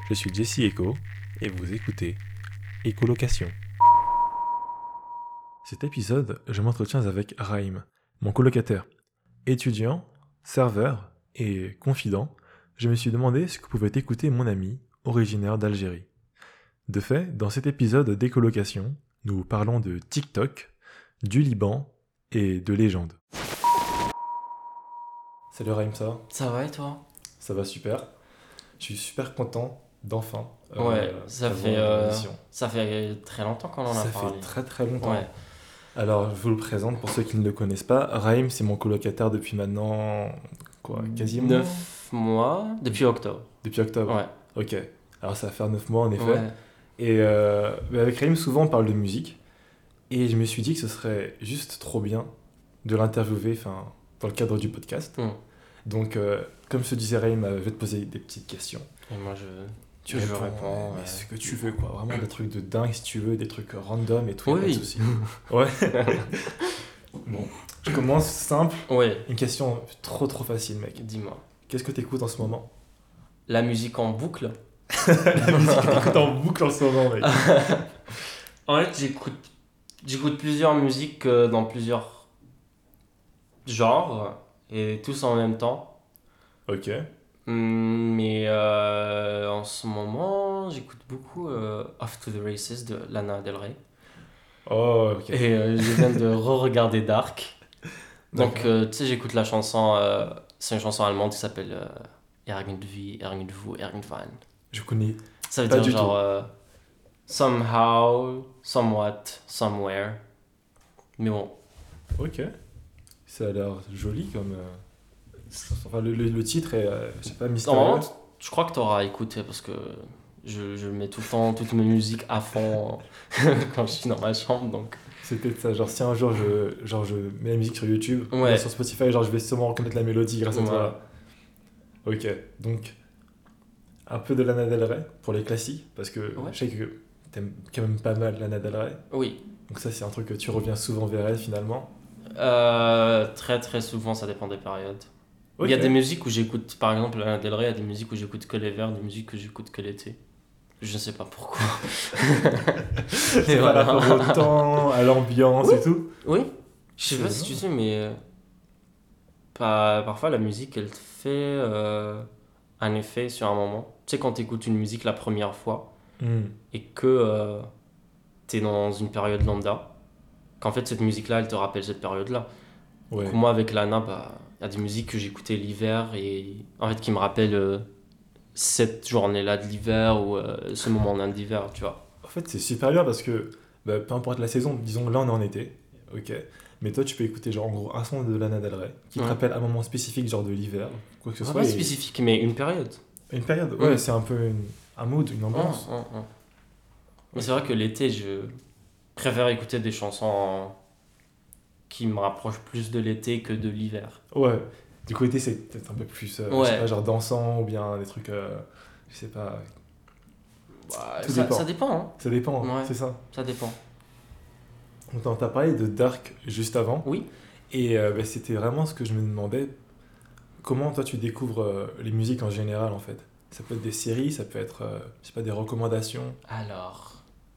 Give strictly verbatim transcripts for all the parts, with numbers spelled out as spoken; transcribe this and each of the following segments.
Je suis Jesse Echo et vous écoutez Écolocation. Cet épisode, je m'entretiens avec Raïm, mon colocataire. Étudiant, serveur et confident, je me suis demandé ce que pouvait écouter mon ami, originaire d'Algérie. De fait, dans cet épisode d'écolocation, nous parlons de TikTok, du Liban et de légendes. Salut Raïm, ça va ? Ça va et toi ? Ça va super. Je suis super content d'enfin euh, Ouais, ça avoir fait, une euh, émission. ça fait très longtemps qu'on en a Ça parlé. fait très très longtemps. Ouais. Alors, je vous le présente pour ceux qui ne le connaissent pas. Raïm, c'est mon colocataire depuis maintenant, quoi, quasiment neuf mois, depuis octobre. Depuis octobre. Ouais. Ok. Alors, ça va faire neuf mois en effet. Ouais. Et euh, mais avec Raïm, souvent, on parle de musique. Et je me suis dit que ce serait juste trop bien de l'interviewer, enfin, dans le cadre du podcast. Mm. Donc, euh, comme je te disais, Raïm, euh, je vais te poser des petites questions. Et moi, je, Tu je réponds, réponds. mais ouais. ce que tu veux, quoi. Vraiment des trucs de dingue, si tu veux, des trucs random et tout, y a Oui. pas de souci. Ouais. Bon, je commence simple. Ouais, Une question trop trop facile, mec. dis-moi. Qu'est-ce que t'écoutes en ce moment? La musique en boucle. La musique que t'écoutes en boucle en ce moment, mec. En fait, j'écoute, j'écoute plusieurs musiques euh, dans plusieurs genres et tous en même temps. Ok. Mm, Mais euh, en ce moment, j'écoute beaucoup euh, Off to the Races de Lana Del Rey. Oh, ok. Et euh, je viens de re-regarder Dark. Donc, D'accord. euh, tu sais, j'écoute la chanson. euh, c'est une chanson allemande qui s'appelle euh, Irgendwie, Irgendwo, Irgendwann. Je connais. Ça veut Pas dire du genre tout. euh, somehow, somewhat, somewhere. Mais bon, Ok. Ça a l'air joli comme. euh, Enfin, le, le, le titre est, euh, je sais pas, mystérieux. normalement, t- je crois que tu auras écouté parce que je, je mets tout le temps toutes mes musiques à fond quand je suis dans ma chambre. Donc, C'est peut-être ça. Genre, si un jour je, genre, je mets la musique sur YouTube, Ouais. ou sur Spotify, genre, je vais sûrement reconnaître la mélodie grâce à Ouais. toi. Ok. Donc, un peu de Lana Del Rey pour les classiques, parce que Ouais. je sais que t'aimes quand même pas mal Lana Del Rey. oui. Donc, ça, c'est un truc que tu reviens souvent vers elle finalement. Euh, très très souvent, ça dépend des périodes. Ok. Il y a des musiques où j'écoute, par exemple, Lana Del Rey, il y a des musiques où j'écoute que l'hiver, des musiques que j'écoute que l'été. Je ne sais pas pourquoi. C'est Et par voilà. rapport au temps, à l'ambiance et tout. Oui, je sais C'est pas si vrai. tu sais, mais euh, pas- parfois la musique, elle te fait euh, un effet sur un moment. Tu sais, quand tu écoutes une musique la première fois Hmm. et que tu es dans une période lambda, qu'en fait cette musique-là, elle te rappelle cette période-là. Ouais. Du coup, moi, avec Lana, bah, il y a des musiques que j'écoutais l'hiver et en fait qui me rappellent euh, cette journée-là de l'hiver ou euh, ce moment-là d'hiver, tu vois. En fait, c'est super bien parce que bah, peu importe la saison, disons là on est en été, ok. Mais toi, tu peux écouter genre en gros un son de Lana Del Rey qui te Ouais. rappelle un moment spécifique, genre de l'hiver, quoi que ce C'est soit. pas et- spécifique, mais une période. Une période, ouais, Mm. c'est un peu une- un mood, une ambiance. Hum, hum, hum. Mais c'est vrai que l'été, je préfère écouter des chansons qui me rapprochent plus de l'été que de l'hiver. Ouais. Du coup, été, c'est peut-être un peu plus, euh, je Ouais. sais pas, genre dansant ou bien des trucs, euh, je sais pas. Bah, Tout ça, dépend. ça dépend, hein. Ça dépend, hein, Ouais. c'est ça. Ça dépend. Donc, on t'a parlé de Dark juste avant. Oui. Et euh, bah, c'était vraiment ce que je me demandais. Comment toi tu découvres euh, les musiques en général en fait? Ça peut être des séries, ça peut être, euh, je sais pas, des recommandations. Alors.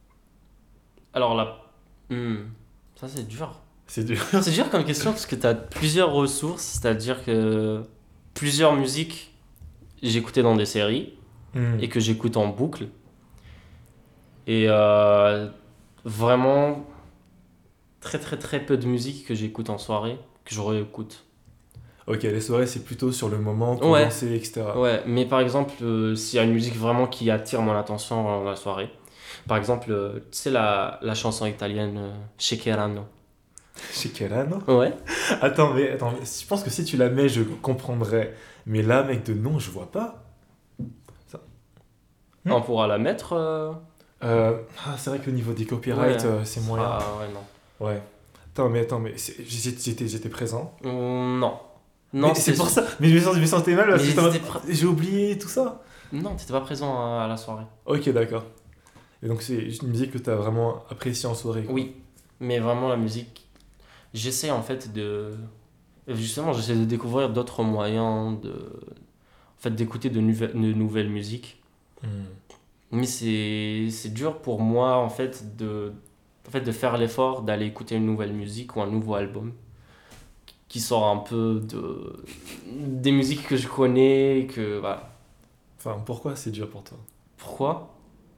Alors là. hmm, Ça, c'est dur. C'est dur. C'est dur comme question parce que tu as plusieurs ressources, c'est-à-dire que plusieurs musiques j'écoutais dans des séries Hmm. et que j'écoute en boucle. Et euh, vraiment très très très peu de musique que j'écoute en soirée, que je réécoute. Ok, les soirées c'est plutôt sur le moment, pour Ouais. danser, et cetera. Ouais, mais par exemple, euh, s'il y a une musique vraiment qui attire mon attention dans la soirée, par exemple, euh, tu sais la, la chanson italienne euh, Shakerano. Chez Kellan. Ouais. Attends, mais attends, mais je pense que si tu la mets, je comprendrais. Mais là, mec, de nom, je vois pas. Hmm. On pourra la mettre. euh, Euh, ah, c'est vrai qu'au niveau des copyrights, Ouais. euh, c'est moyen. Ah ouais, non. Ouais. Attends, mais attends, mais c'est- j'étais, j'étais j'étais présent. Hum, non. Non, mais c'est pour ça. Mais je me, sens- je me sentais mal parce Mais que t'as- j'étais pr- j'ai oublié tout ça. Non, t'étais pas présent à, à la soirée. Ok, d'accord. Et donc c'est une musique que t'as vraiment appréciée en soirée, quoi. Oui, mais vraiment la musique. J'essaie en fait de. Justement, j'essaie de découvrir d'autres moyens de. En fait, d'écouter de, nuve- de nouvelles musiques. Hmm. Mais c'est, c'est dur pour moi, en fait, de, en fait, de faire l'effort d'aller écouter une nouvelle musique ou un nouveau album qui sort un peu de, des musiques que je connais, que, voilà. Enfin, pourquoi c'est dur pour toi? Pourquoi?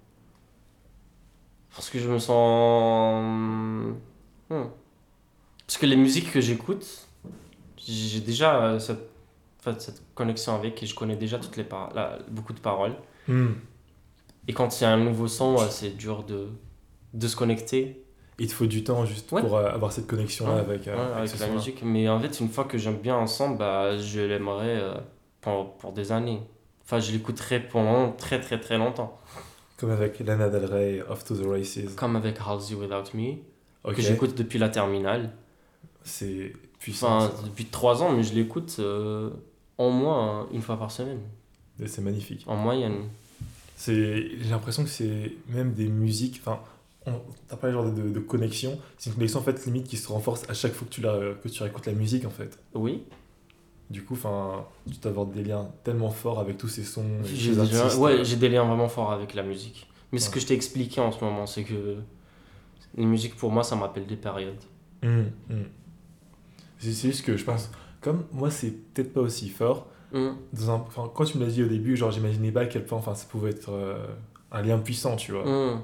Parce que je me sens... Hmm. Parce que les musiques que j'écoute, j'ai déjà euh, cette, en fait, cette connexion avec et je connais déjà toutes les par- la- beaucoup de paroles. Hmm. Et quand il y a un nouveau son, ouais, c'est dur de, de se connecter. Il te faut du temps juste Ouais. pour euh, avoir cette connexion-là Ouais, avec, euh, ouais, avec avec ce la son-là. musique. Mais en fait, une fois que j'aime bien ensemble, bah, je l'aimerais euh, pour, pour des années. Enfin, je l'écouterai pendant très très très longtemps. Comme avec Lana Del Rey, Off to the Races. Comme avec Halsey Without Me, Ok, que j'écoute depuis la terminale. c'est puissant Enfin, ça. depuis trois ans, mais je l'écoute euh, au moins une fois par semaine, Et c'est magnifique. en moyenne. C'est, j'ai l'impression que c'est même des musiques. Enfin, on- t'as pas le genre de, de, de connexion. C'est une connexion en fait limite qui se renforce à chaque fois que tu, la, que tu réécoutes la musique en fait. Oui, Du coup, enfin, tu t'abordes des liens tellement forts avec tous ces sons et j'ai ces déjà, artistes. ouais, euh, j'ai des liens vraiment forts avec la musique. Mais ce Ouais. que je t'ai expliqué en ce moment, c'est que les musiques pour moi, ça me rappelle des périodes. hum, hum. C'est c'est juste que je pense, comme moi, c'est peut-être pas aussi fort. Hum, Dans un, enfin, quand tu me l'as dit au début, genre, j'imaginais pas à quel point, enfin, ça pouvait être euh, un lien puissant, tu vois. hum,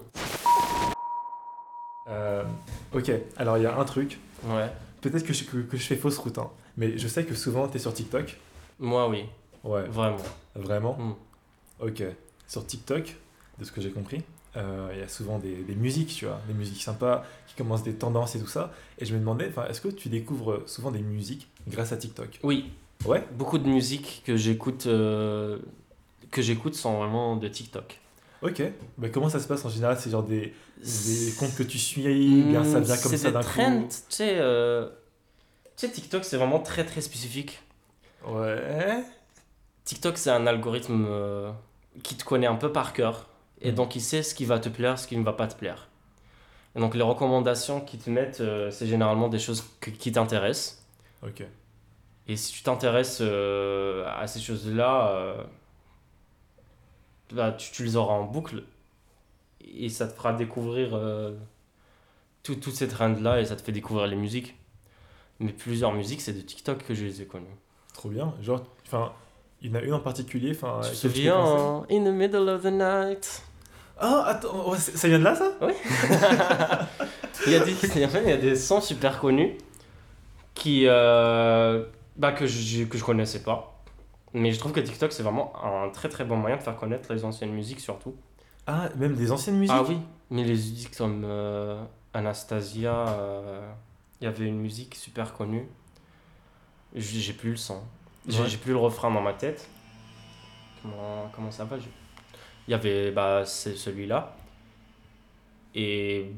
Euh, ok, alors il y a un truc. ouais, Peut-être que je, que, que je fais fausse route, hein, mais je sais que souvent t'es sur TikTok. moi oui, Ouais, vraiment. vraiment. Hum. Ok. Sur TikTok, de ce que j'ai compris, euh, il y a souvent des, des musiques, tu vois, des musiques sympas qui commencent des tendances et tout ça. Et je me demandais, enfin, est-ce que tu découvres souvent des musiques grâce à TikTok? Oui, Ouais. beaucoup de musiques que j'écoute, euh, que j'écoute sont vraiment de TikTok. Ok. Bah, comment ça se passe en général? C'est genre des, des comptes que tu suis, bien ça Hum, vient comme c'est ça des d'un trends, coup? tu sais, euh, tu sais, TikTok c'est vraiment très très spécifique. Ouais. TikTok, c'est un algorithme euh, qui te connaît un peu par cœur. Et Mhm. donc, il sait ce qui va te plaire, ce qui ne va pas te plaire. Et donc, les recommandations qu'ils te mettent, euh, c'est généralement des choses que- qui t'intéressent. Ok. Et si tu t'intéresses euh, à ces choses-là, euh, bah, tu, tu les auras en boucle. Et ça te fera découvrir euh, tout- toutes ces trends-là et ça te fait découvrir les musiques. Mais plusieurs musiques, c'est de TikTok que je les ai connues. Trop bien. Genre, enfin, il y en a une en particulier, enfin, Tu à te laquelle tu peux souviens, penser? hein, In the middle of the night. Ah, attends, ouais, c'est- ça vient de là, ça? Oui. il, y a des, en fait, il y a des sons super connus qui, euh, bah, que, je, que je connaissais pas. Mais je trouve que TikTok, c'est vraiment un très très bon moyen de faire connaître les anciennes musiques surtout. Ah, même des anciennes musiques? Ah oui, mais les musiques comme euh, Anastasia, euh, il y avait une musique super connue. J'ai j'ai plus le son. J'ai Ouais. j'ai plus le refrain dans ma tête. Comment, comment ça va? je- Il y avait bah, c'est celui-là. Et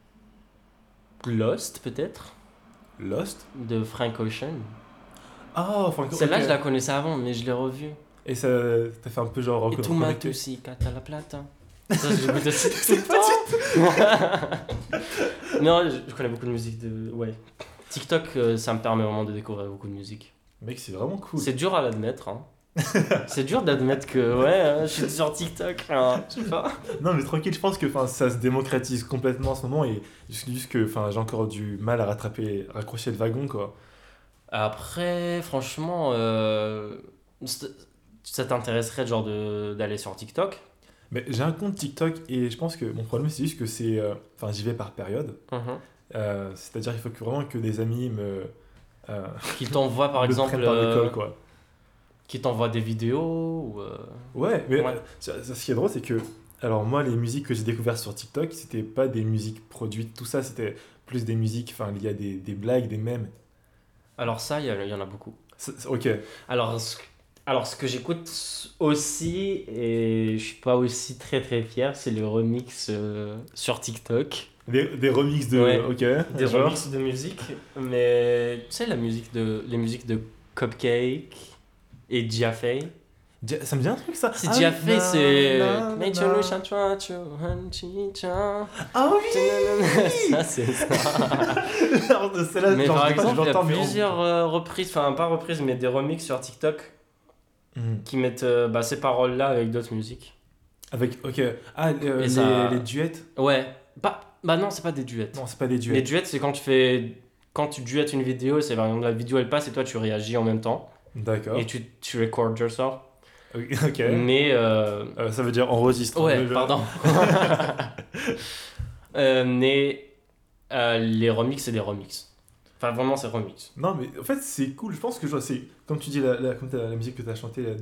Lost peut-être, Lost? de Frank Ocean. Ah, enfin, Celle-là, ok. je la connaissais avant, mais je l'ai revue. Et ça t'a fait un peu genre Et recon- tout m'a reconnecter? aussi, Cata la plata. Ça, je l'écoute aussi tout C'est le pas temps. Non, je, je connais beaucoup de musique de. Ouais. TikTok, euh, ça me permet vraiment de découvrir beaucoup de musique. Mec, c'est vraiment cool. C'est dur à l'admettre, hein. C'est dur d'admettre que, ouais, hein, je suis sur TikTok, hein, je sais pas. Non, mais tranquille, je pense que enfin, ça se démocratise complètement en ce moment et juste, juste que enfin, j'ai encore du mal à rattraper, raccrocher le wagon, quoi. Après, franchement, euh, c'est- ça t'intéresserait genre de d'aller sur TikTok? Mais j'ai un compte TikTok et je pense que mon problème, c'est juste que c'est. euh, Enfin, j'y vais par période. Mhm. Euh, c'est-à-dire qu'il faut que vraiment que des amis me. euh, Qui t'envoie par me exemple, prennent par le euh, col, quoi. qui t'envoie des vidéos ou euh, Ouais, mais Ouais. euh, ça- ça, ce qui est drôle, c'est que. Alors, moi, les musiques que j'ai découvertes sur TikTok, c'était pas des musiques produites, tout ça, c'était plus des musiques, enfin, il y a des, des blagues, des mèmes. Alors ça, il y, a- il y en a beaucoup. C'est- c'est- ok. Alors, ce, alors, ce que j'écoute aussi, et je suis pas aussi très très fier, c'est le remix euh, sur TikTok. Des, des remixes de. Ouais. Ok. Des genre. remixes de musique, mais tu sais, la musique de, les musiques de Cupcake et Giafei. Dia- Ça me dit un truc, ça. C'est Ah oui. Giafei, Na, c'est. na, na, Mais tu na. le chantes, tu hanchi-chan. Ah oui. Ça, c'est ça. Alors, de celle-là, Mais genre, par je dis pas que exemple, je il y a l'entends, mais on- plusieurs euh, reprises, enfin pas reprises, mais des remixes sur TikTok Hmm. qui mettent euh, bah, ces paroles-là avec d'autres musiques. Avec, ok. Ah, euh, Et les, ça- les duets? Ouais. Bah, bah non, c'est pas des duets. Non, c'est pas des Les duets. duets, c'est quand tu fais. Quand tu duettes une vidéo, c'est par exemple la vidéo elle passe et toi tu réagis en même temps. D'accord. Et tu, tu record yourself. Ok. ok. Mais. euh, Euh, ça veut dire enregistre. Ouais, Le- pardon. Euh, mais euh, les remixes, c'est des remixes. Enfin, vraiment, c'est remix. Non, mais en fait, c'est cool. Je pense que je vois, c'est comme tu dis, la, la, comme t'as- la musique que tu as chantée, la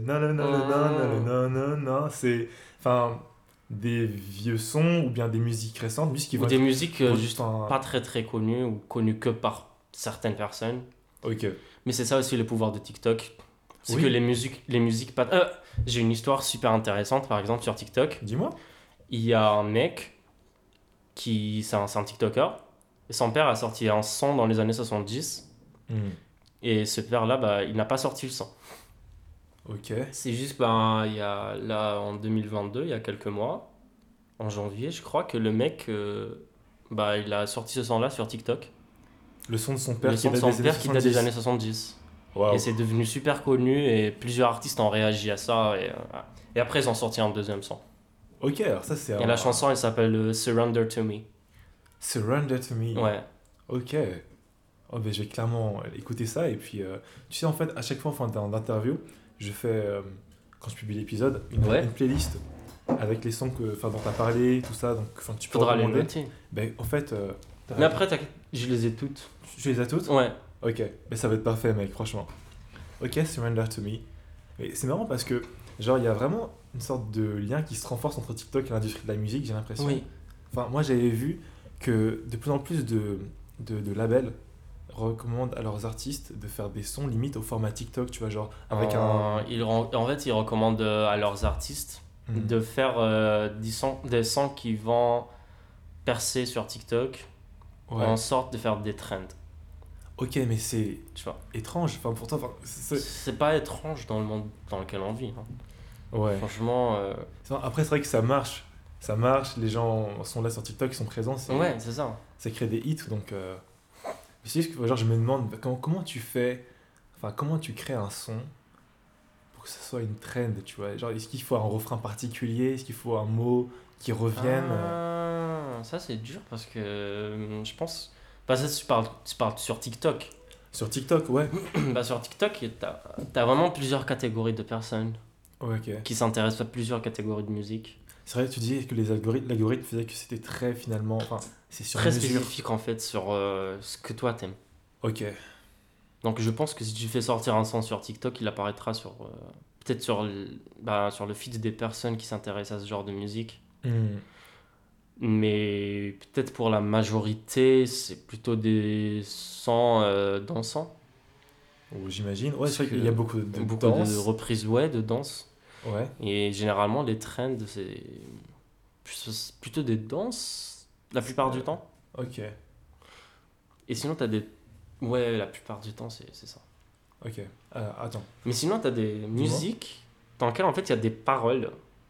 nanana, c'est enfin des vieux sons ou bien des musiques récentes, musiques qui Ou vont des être. musiques euh, vont- juste enfin, pas très très connues ou connues que par certaines personnes. Ok. Mais c'est ça aussi le pouvoir de TikTok. C'est Oui. que les musiques, les musiques pas. Euh, j'ai une histoire super intéressante, par exemple, sur TikTok. Dis-moi. Il y a un mec qui. C'est un, c'est un TikToker. Et son père a sorti un son dans les années soixante-dix. Hmm. Et ce père-là, bah, il n'a pas sorti le son. Ok. C'est juste, ben, il y a, là, en deux mille vingt-deux, il y a quelques mois, en janvier, je crois que le mec, euh, bah, il a sorti ce son-là sur TikTok. Le son de son père Le qui son de date son des années père qui date des années soixante-dix. soixante-dix. Waouh. Et c'est devenu super connu et plusieurs artistes ont réagi à ça. Et, euh, et après, ils ont sorti un deuxième son. Ok, alors ça c'est Et un. la chanson, elle s'appelle euh, Surrender to Me. Surrender to me. Ouais. Ok. Oh, ben, je vais clairement écouter ça. Et puis, euh, tu sais, en fait, à chaque fois en fin d'interview, je fais, euh, quand je publie l'épisode, une, Ouais. une playlist avec les sons que, enfin, dont tu as parlé, tout ça. Donc, enfin, tu peux Faudra les recommander. noter. Ben, en fait, euh, t'as- Mais après, t'inquiète, je les ai toutes. tu les as toutes? Ouais. Ok. Ben, ça va être parfait, mec, franchement. Ok, Surrender to me. Mais c'est marrant parce que, genre, il y a vraiment une sorte de lien qui se renforce entre TikTok et l'industrie de la musique, j'ai l'impression. Oui. Enfin, moi, j'avais vu que de plus en plus de, de, de labels recommandent à leurs artistes de faire des sons limite au format TikTok, tu vois, genre avec Euh, un. ils ren- en fait, ils recommandent euh, à leurs artistes Hmm. de faire euh, des, sons, des sons qui vont percer sur TikTok Ouais. en sorte de faire des trends. Ok, mais c'est Tu vois. étrange. Enfin, pour toi, enfin, c'est- C'est pas étrange dans le monde dans lequel on vit. hein. ouais. Franchement, euh, C'est- Après, c'est vrai que ça marche. Ça marche, les gens sont là sur TikTok, ils sont présents, c'est- ouais, c'est ça. ça crée des hits, donc. Euh... mais c'est juste que genre, je me demande bah, comment, comment tu fais, enfin, comment tu crées un son pour que ça soit une trend, tu vois. Genre, est-ce qu'il faut un refrain particulier, est-ce qu'il faut un mot qui revienne euh, Ah, ça, c'est dur parce que euh, je pense. Bah, ça, tu parles, tu parles sur TikTok. sur TikTok, ouais. Bah, sur TikTok, t'as as vraiment plusieurs catégories de personnes Ouais, ok. qui s'intéressent à plusieurs catégories de musique. C'est vrai que tu disais que les algorithmes, l'algorithme faisait que c'était très finalement, enfin, c'est sur Très mesure. spécifique en fait sur euh, ce que toi t'aimes. Ok. Donc je pense que si tu fais sortir un son sur TikTok, il apparaîtra sur euh, peut-être sur le, bah, sur le feed des personnes qui s'intéressent à ce genre de musique. Hmm. Mais peut-être pour la majorité, c'est plutôt des sons euh, dansants. Ou j'imagine. Ouais, Parce c'est vrai qu'il que y a beaucoup de Beaucoup danse. de reprises ouais, de danse. Ouais. Et généralement, les trends, c'est plus- plutôt des danses la plupart du temps. Ok. Et sinon, t'as des... Ouais, la plupart du temps, c'est c'est ça. Ok. Euh, attends. Mais sinon, tu as des musiques dans lesquelles en fait il y a des paroles.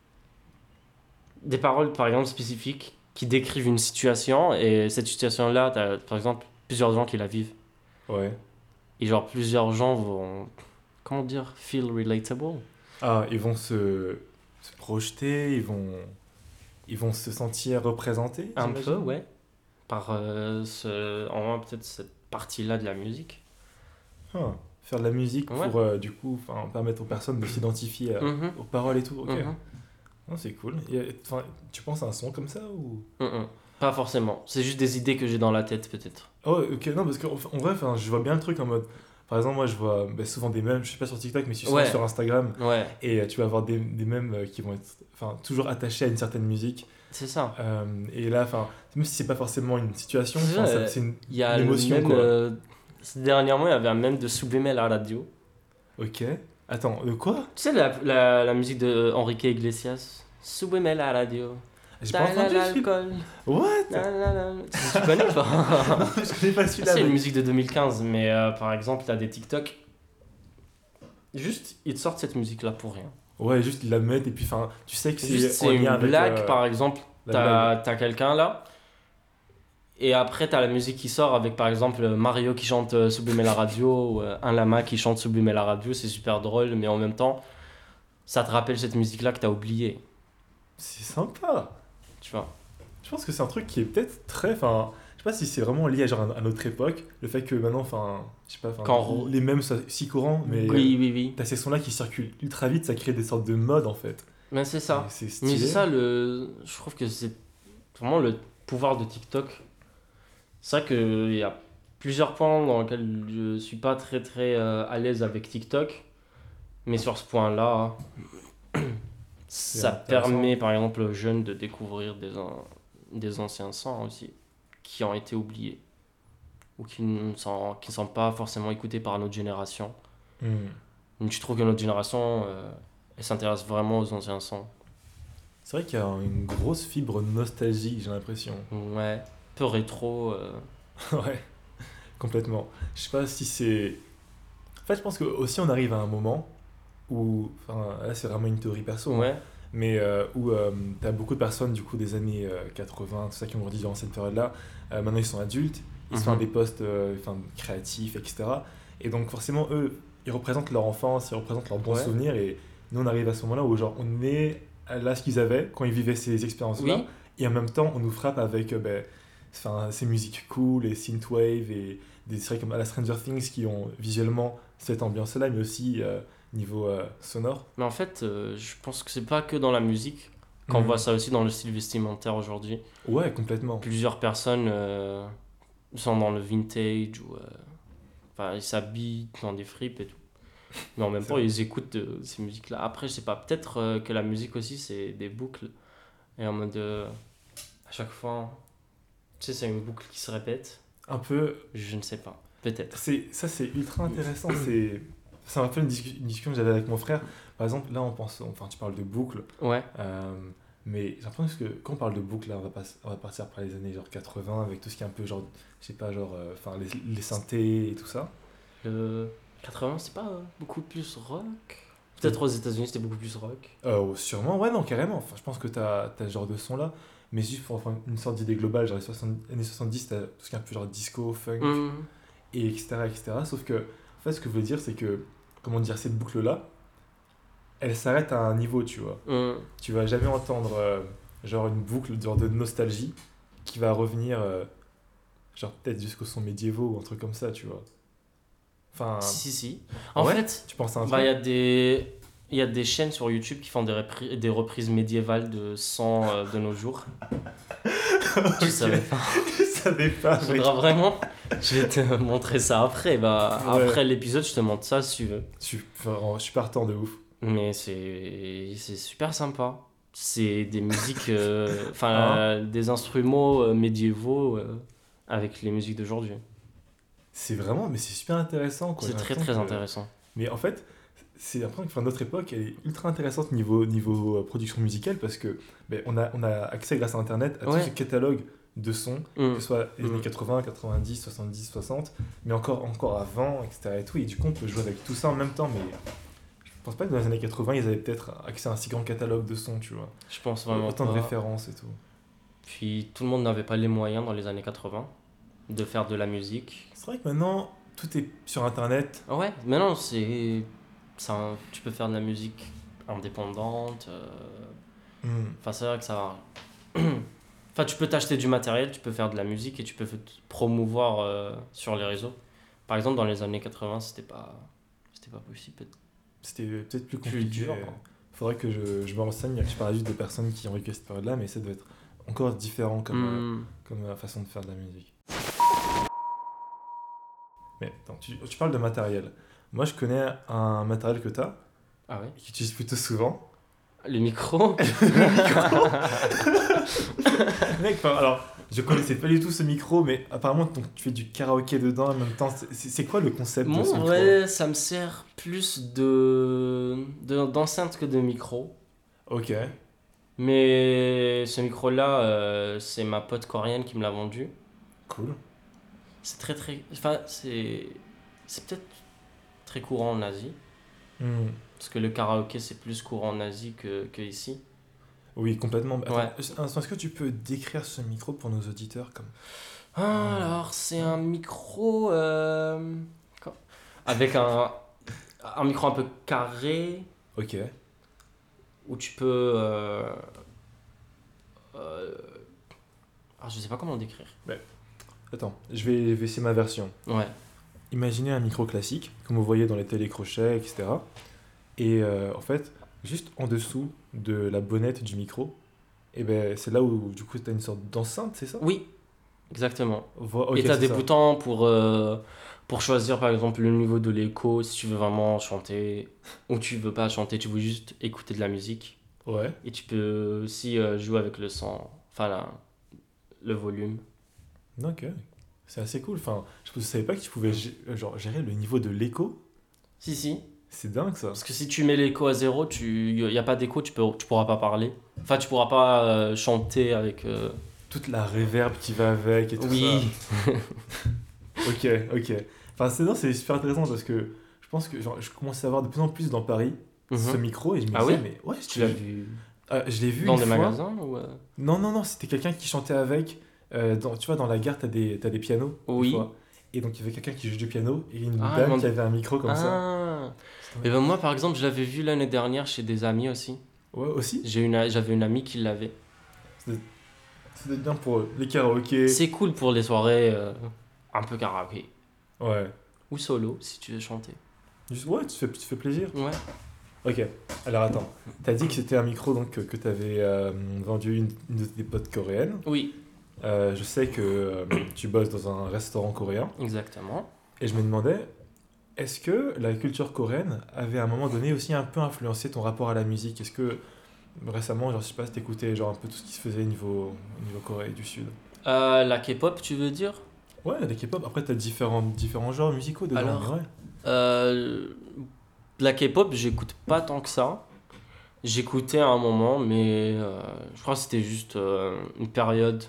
Des paroles par exemple spécifiques qui décrivent une situation et cette situation-là, tu as par exemple plusieurs gens qui la vivent. Ouais. Et genre plusieurs gens vont, comment dire, feel relatable. Ah, ils vont se, se projeter, ils vont, ils vont se sentir représentés. Un j'imagine. peu, ouais. Par ce, ce, en moins peut-être cette partie-là de la musique. Ah, faire de la musique Ouais. pour euh, du coup, enfin, permettre aux personnes de s'identifier euh, Mhm, aux paroles et tout. Ok. mhm, Non, c'est cool. Et, enfin, tu penses à un son comme ça ou? mhm. Pas forcément. C'est juste des idées que j'ai dans la tête peut-être. Oh, ok, non, parce qu'en en vrai, enfin, je vois bien le truc en mode. Par exemple, moi, je vois bah, souvent des mèmes, je suis pas sur TikTok, mais je suis souvent Ouais. sur Instagram, Ouais, et euh, tu vas avoir des, des mèmes euh, qui vont être enfin, toujours attachés à une certaine musique. c'est ça. Euh, et là, enfin, même si c'est pas forcément une situation, C'est enfin, vrai, ça- c'est une. Il y a L'émotion, le même. quoi. euh, dernièrement, il y avait un même de Sublime à la radio. Ok. Attends, de quoi? Tu sais, la, la, la musique de euh, Enrique Iglesias. Sublime à la radio. J'ai pas entendu ce film. l'alcool. What? La, la, la. Tu, tu connais pas? Je connais pas celui-là. C'est une mais- musique de deux mille quinze, mais euh, par exemple, t'as des TikTok. Juste, ils te sortent cette musique-là pour rien. Ouais, juste ils la mettent, et puis enfin, tu sais que Juste, c'est en c'est une lien avec. blague, euh, par exemple. la T'as t'as quelqu'un là. Et après, t'as la musique qui sort avec par exemple Mario qui chante euh, Sublime la radio, ou euh, un lama qui chante Sublime la radio, c'est super drôle, mais en même temps, ça te rappelle cette musique-là que t'as oubliée. c'est sympa. Tu vois. Je pense que c'est un truc qui est peut-être très. Enfin, je sais pas si c'est vraiment lié à, genre, à notre époque, le fait que maintenant, enfin, je sais pas, enfin, Quand... les mêmes soient si courants, mais euh, Oui, oui, oui. t'as ces sons-là qui circulent ultra vite, ça crée des sortes de modes en fait. Mais c'est Et ça. c'est Mais c'est stylé. ça, le... je trouve que c'est vraiment le pouvoir de TikTok. C'est vrai qu'il y a plusieurs points dans lesquels je suis pas très très euh, à l'aise avec TikTok. Mais sur ce point-là, ça intéressant. permet par exemple aux jeunes de découvrir des, an- des anciens sons aussi, qui ont été oubliés. Ou qui ne sont, qui sont pas forcément écoutés par notre génération. Hmm. Donc je trouve que notre génération, euh, elle s'intéresse vraiment aux anciens sons. C'est vrai qu'il y a une grosse fibre nostalgique, j'ai l'impression. Ouais, peu rétro. euh, Ouais, complètement. Je sais pas si c'est. En fait, je pense que aussi on arrive à un moment où. Enfin, là, c'est vraiment une théorie perso, hein, Ouais. mais euh, où euh, t'as beaucoup de personnes du coup des années euh, quatre-vingts, tout ça, qui ont grandi durant cette période-là. Euh, maintenant, ils sont adultes, ils sont à Mhm. des postes euh, enfin, créatifs, et cetera. Et donc, forcément, eux, ils représentent leur enfance, ils représentent leurs bons Ouais. souvenirs. Et nous, on arrive à ce moment-là où, genre, on est à là ce qu'ils avaient quand ils vivaient ces expériences-là. Oui, Et en même temps, on nous frappe avec euh, ben, enfin, ces musiques cool et synthwave et des séries comme à la Stranger Things qui ont visuellement cette ambiance-là, mais aussi euh, niveau euh, sonore. mais en fait, euh, je pense que c'est pas que dans la musique, qu'on Mhm. voit ça aussi dans le style vestimentaire aujourd'hui. Ouais, complètement. Plusieurs personnes euh, sont dans le vintage ou euh, enfin, ils s'habillent dans des fripes et tout. Mais en même C'est temps, vrai. ils écoutent euh, ces musiques-là. Après, je sais pas, peut-être euh, que la musique aussi, c'est des boucles. Et en mode, euh, à chaque fois, tu sais, c'est une boucle qui se répète. Un peu. Je ne sais pas. Peut-être. C'est, ça, c'est ultra intéressant. C'est, ça me rappelle une, discu- une discussion que j'avais avec mon frère. Par exemple, là, on pense. Enfin, tu parles de boucle. Ouais. euh, mais j'ai l'impression que quand on parle de boucle, là, on va, pas, on va partir par les années genre quatre-vingts avec tout ce qui est un peu genre. Je sais pas, genre. euh, Enfin, les, les synthés et tout ça. Le quatre-vingts, c'est pas euh, beaucoup plus rock? Peut-être aux États-Unis, c'était beaucoup plus rock. Euh, sûrement, ouais, non, carrément. Enfin, je pense que t'as, t'as ce genre de son là. Mais juste pour avoir une sorte d'idée globale, genre les soixante années soixante-dix, t'as tout ce qui est un peu genre disco, funk, Mhm. et etc., et cetera. Sauf que, en fait, ce que je veux dire, c'est que, comment dire, cette boucle-là, elle s'arrête à un niveau, tu vois. Mhm. Tu vas jamais entendre, euh, genre, une boucle genre de nostalgie qui va revenir, euh, genre, peut-être jusqu'au son médiévaux ou un truc comme ça, tu vois. Enfin, Si, si. En ouais, fait, tu penses à un bah, il y truc? a des... Il y a des chaînes sur YouTube qui font des, répri- des reprises médiévales de sons euh, de nos jours. Tu Ok. savais pas. Je savais pas, Tu mec. voudras vraiment? Je vais te montrer ça après. Bah, Ouais. après l'épisode, je te montre ça si tu veux. Je suis, enfin, je suis partant de ouf. Mais c'est c'est super sympa. C'est des musiques, euh, enfin Hein? euh, des instruments euh, médiévaux euh, avec les musiques d'aujourd'hui. C'est vraiment, mais c'est super intéressant, quoi. C'est J'ai très l'impression très que- intéressant. Mais en fait, c'est l'impression que enfin, notre époque, elle est ultra intéressante niveau, niveau euh, production musicale parce que ben, on, a, on a accès grâce à Internet à tout Ouais. ce catalogue de sons, Mm. que ce soit les Mm. années quatre-vingts, quatre-vingt-dix, soixante-dix, soixante, mais encore, encore avant, et cetera. Et, tout, et du coup, on peut jouer avec tout ça en même temps. Mais je pense pas que dans les années quatre-vingts, ils avaient peut-être accès à un si grand catalogue de sons, tu vois. Je pense vraiment Autant de pas. références et tout. Puis tout le monde n'avait pas les moyens dans les années quatre-vingts de faire de la musique. C'est vrai que maintenant, tout est sur Internet. Ah ouais, maintenant c'est ça, tu peux faire de la musique indépendante. euh, Hmm. Enfin, c'est vrai que ça va. Enfin, tu peux t'acheter du matériel, tu peux faire de la musique et tu peux te promouvoir euh, sur les réseaux. Par exemple, dans les années quatre-vingts, c'était pas, c'était pas possible. peut-être C'était peut-être plus Plus compliqué. dur. Faudrait que je, je me renseigne. Je parle juste de personnes qui ont vécu cette période-là, mais ça doit être encore différent comme, euh, Hmm. comme euh, façon de faire de la musique. Mais attends, tu, tu parles de matériel. Moi, je connais un matériel que tu as, Ah ouais. et que tu utilises plutôt souvent. Le micro. Mec, enfin, alors, je connaissais pas du tout ce micro, mais apparemment, donc, tu fais du karaoké dedans en même temps. C'est- C'est c'est quoi le concept de ce Moi, en micro? vrai, ça me sert plus de de- d'enceinte que de micro. Ok, Mais ce micro-là, euh, c'est ma pote coréenne qui me l'a vendu. cool. C'est très très. Enfin, c'est. C'est peut-être très courant en Asie. Hmm. Parce que le karaoké, c'est plus courant en Asie que, que ici. Oui, complètement. Attends, Ouais. est-ce est-ce que tu peux décrire ce micro pour nos auditeurs comme... Ah, alors, c'est un micro. euh, quoi Avec un, un micro un peu carré Ok. où tu peux. euh, Euh... Ah, je sais pas comment décrire. Attends, je vais, je vais essayer ma version. Ouais. Imaginez un micro classique, comme vous voyez dans les télécrochets, et cetera. Et euh, en fait, juste en dessous de la bonnette du micro, et ben, c'est là où du coup tu as une sorte d'enceinte, c'est ça? Oui, exactement. Vo- Ok, Et t'as c'est des ça. boutons pour, euh, pour choisir par exemple le niveau de l'écho, si tu veux vraiment chanter ou tu veux pas chanter, tu veux juste écouter de la musique. Ouais. Et tu peux aussi euh, jouer avec le son, enfin la- le volume. Ok. C'est assez cool. Enfin, je ne savais pas que tu pouvais gé- euh, genre, gérer le niveau de l'écho. Si, si. C'est dingue ça. Parce que si tu mets l'écho à zéro, il n'y a pas d'écho, tu peux, tu pourras pas parler. Enfin, tu pourras pas euh, chanter avec. euh, Toute la réverb qui va avec et tout ça. Oui. Ok, ok. Enfin, c'est non, c'est super intéressant parce que je pense que genre, je commence à voir de plus en plus dans Paris ce Mhm. micro et je me Ah disais, oui. mais ouais, Tu tu l'as vu Euh, je l'ai vu dans une des fois. magasins ou euh Non, non, non, c'était quelqu'un qui chantait avec. Euh, dans, tu vois, dans la gare, t'as des, t'as des pianos, des Oui. fois. Et donc, il y avait quelqu'un qui joue du piano et une Ah, dame non. qui avait un micro comme ça. Ah. C'était- Et ben moi, par exemple, je l'avais vu l'année dernière chez des amis aussi. Ouais, aussi. J'ai une, j'avais une amie qui l'avait. C'était c'était bien pour eux. Les karaokés. C'est cool pour les soirées euh, un peu karaoké. Ouais. Ou solo, si tu veux chanter. Juste, ouais, tu te fais, tu te fais plaisir. Ouais. Ok. Alors, attends. T'as dit que c'était un micro donc, que, que t'avais euh, vendu une, une de tes potes coréennes. Oui, Euh, je sais que euh, tu bosses dans un restaurant coréen. exactement. Et je me demandais, est-ce que la culture coréenne avait à un moment donné aussi un peu influencé ton rapport à la musique? Est-ce que récemment, genre, je sais pas si t'écoutais genre un peu tout ce qui se faisait niveau, niveau Corée du Sud? Euh, la K-pop, tu veux dire? Ouais, la K-pop. Après, t'as différents, différents genres musicaux dedans, Alors, mais ouais. euh, la K-pop, j'écoute pas tant que ça. J'écoutais à un moment, mais euh, je crois que c'était juste euh, une période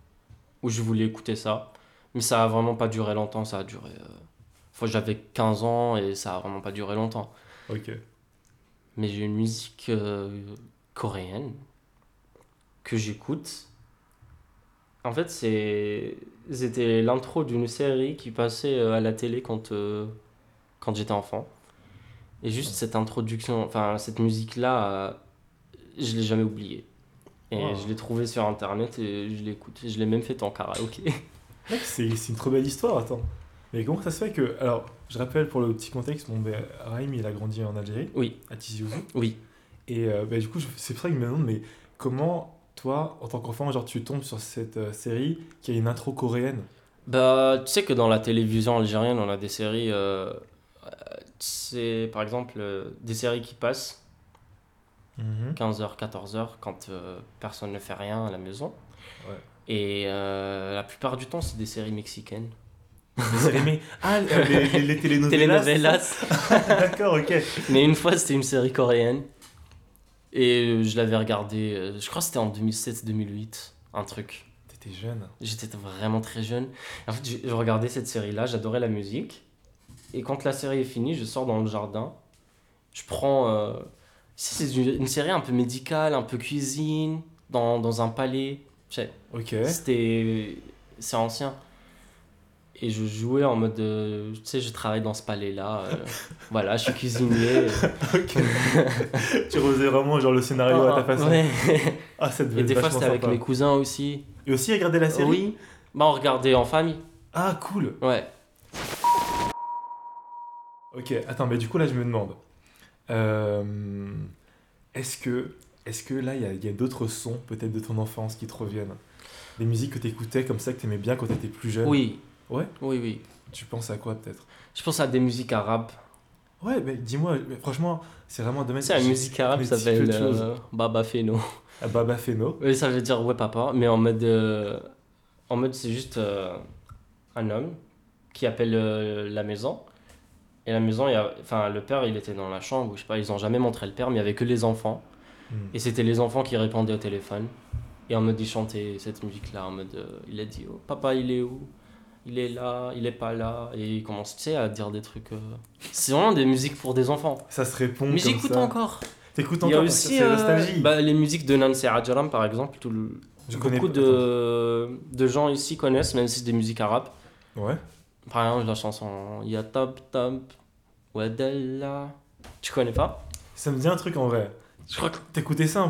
où je voulais écouter ça. Mais ça a vraiment pas duré longtemps, ça a duré... euh, Enfin, j'avais quinze ans et ça a vraiment pas duré longtemps. Ok. Mais j'ai une musique euh, coréenne que j'écoute. En fait, c'est c'était l'intro d'une série qui passait euh, à la télé quand, euh, quand j'étais enfant. Et juste cette introduction, enfin cette musique-là, euh, je l'ai jamais oubliée. Et Wow. je l'ai trouvée sur internet et je l'écoute. Je l'ai même fait en karaoké. Mec, c'est c'est une trop belle histoire, attends. Mais comment ça se fait que. Alors, je rappelle pour le petit contexte, mon ben, Raïm, il a grandi en Algérie, Oui, à Tizi Ouzou. oui. Et euh, ben, du coup, je- c'est pour ça que je me demande, mais comment, toi, en tant qu'enfant, genre, tu tombes sur cette euh, série qui a une intro coréenne? Bah, tu sais que dans la télévision algérienne, on a des séries. Euh, c'est par exemple euh, des séries qui passent Mhm. quinze heures, quatorze heures quand euh, personne ne fait rien à la maison. Ouais. Et euh, la plupart du temps, c'est des séries mexicaines. Les séries, mais. Ah, euh, les, les, les telenovelas, c'est Telenovelas. ça? D'accord, ok. Mais une fois, c'était une série coréenne. Et euh, je l'avais regardée, euh, je crois que c'était en deux mille sept deux mille huit, un truc. T'étais jeune. J'étais vraiment très jeune. En fait, je, je regardais cette série-là, j'adorais la musique. Et quand la série est finie, je sors dans le jardin. Je prends. Euh, c'est une, une série un peu médicale, un peu cuisine, dans, dans un palais. Je sais, Ok. C'était. C'est ancien. Et je jouais en mode. euh, tu sais, je travaille dans ce palais-là. euh, voilà, je suis cuisinier. Ok. Tu refaisais vraiment genre le scénario à ta façon. Ouais. Ah, ça devait Et être des fois, vachement c'était avec sympa. mes cousins aussi. Et aussi regarder la série? Oui. Bah, on regardait en famille. Ah, cool. Ouais. Ok, attends, mais du coup là je me demande, euh, est-ce que, est-ce que là il y a, il y a d'autres sons peut-être de ton enfance qui te reviennent? Des musiques que t'écoutais comme ça que t'aimais bien quand t'étais plus jeune? Oui. Ouais? Oui, oui. Tu penses à quoi peut-être? Je pense à des musiques arabes. Ouais, mais dis-moi, mais franchement, c'est vraiment un domaine. Tu sais, la j'ai- musique arabe mais si peu s'appelle de choses. euh, Baba Feno. Ah, Baba Feno. Oui, ça veut dire ouais papa, mais en mode, euh, en mode c'est juste euh, un homme qui appelle euh, la maison. Et la maison, il y a, enfin le père, il était dans la chambre, ou je sais pas, ils ont jamais montré le père, mais il y avait que les enfants. Hmm. Et c'était les enfants qui répondaient au téléphone. Et en mode, ils chantaient cette musique-là, en mode, euh, il a dit, oh, papa, il est où? Il est là, il est pas là. Et il commence, tu sais, à dire des trucs. euh, C'est vraiment des musiques pour des enfants. Ça se répond Mais comme j'écoute ça. encore. T'écoutes Il y a encore, aussi c'est euh, nostalgie. bah, les musiques de Nancy Adjaram, par exemple. Tout le- Je connais Beaucoup pas. de... de gens ici connaissent, même si c'est des musiques arabes. Ouais. Par exemple, la chanson Ya Top Top Wadalla. Tu connais pas? Ça me dit un truc en vrai. Je crois que. T'écoutais ça en plus.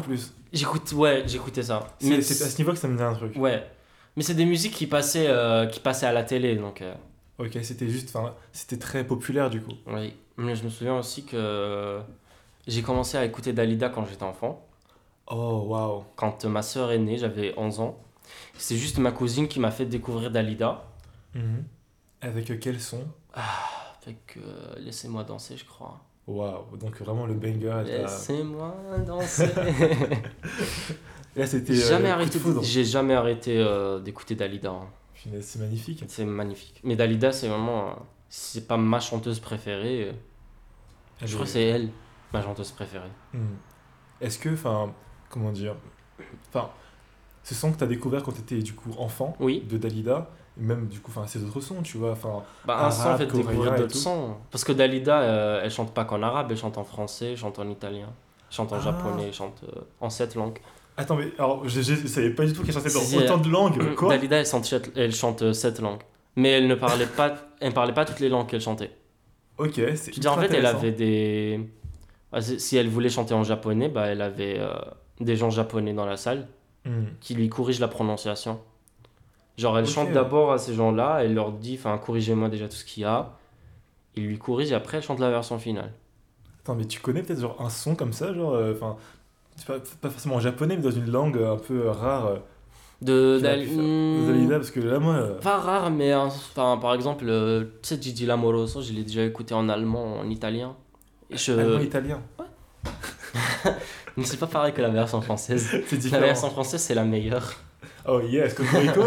J'écoute, ouais, j'écoutais ça. C'est, Mais c'est à ce niveau que ça me dit un truc. ouais. Mais c'est des musiques qui passaient, euh, qui passaient à la télé, donc... euh, Ok, c'était juste, enfin, c'était très populaire du coup. oui. Mais je me souviens aussi que j'ai commencé à écouter Dalida quand j'étais enfant. Oh, waouh. Quand ma sœur est née, j'avais onze ans. C'est juste ma cousine qui m'a fait découvrir Dalida. Mhm. Avec euh, quel son? Avec euh, Laissez-moi danser, je crois. Waouh, donc vraiment le banger. t'as- Laissez-moi danser. Là, c'était J'ai euh, jamais coup de arrêté, foudre. j'ai jamais arrêté euh, d'écouter Dalida, hein. Punaise, c'est magnifique. C'est magnifique. Mais Dalida, c'est vraiment... euh, si c'est pas ma chanteuse préférée. euh, Je crois que c'est elle, ma chanteuse préférée. Hmm. Est-ce que, enfin, comment dire, enfin, ce son que t'as découvert quand t'étais du coup enfant Oui. de Dalida, et même du coup, enfin, ces autres sons, tu vois, enfin, Bah, un son Arabe, fait découvrir coréen et d'autres tout. sons. Parce que Dalida, euh, elle chante pas qu'en arabe, elle chante en français, elle chante en italien, elle chante en Ah. japonais, elle chante euh, en sept langues. Attends, mais alors, je, je, je savais pas du tout qu'elle chantait dans Si, si, autant de langues. Quoi? Dalida, elle chante, elle chante euh, sept langues. Mais elle ne parlait pas, elle parlait pas toutes les langues qu'elle chantait. Ok, c'est Je veux dire, hyper en fait, elle intéressant. avait des... bah, si si elle voulait chanter en japonais, bah, elle avait euh, des gens japonais dans la salle Hmm. qui lui corrigent la prononciation. Genre, elle Ok. chante d'abord à ces gens-là, elle leur dit, enfin, corrigez-moi déjà tout ce qu'il y a. Il lui corrige et après, elle chante la version finale. Attends, mais tu connais peut-être genre un son comme ça, genre, euh, enfin, c'est pas, pas forcément en japonais, mais dans une langue euh, un peu euh, rare euh, De, qu'il a d'Al- pu faire. Hmm, Dalida, parce que là, moi, euh, pas rare, mais hein, enfin, par exemple, euh, tu sais, Gigi Lamoroso, je l'ai déjà écouté en allemand, en italien. Et je... allemand, italien, Mais c'est pas pareil que la version française. c'est La différent. version française, c'est la meilleure. Oh yes, Cocorico.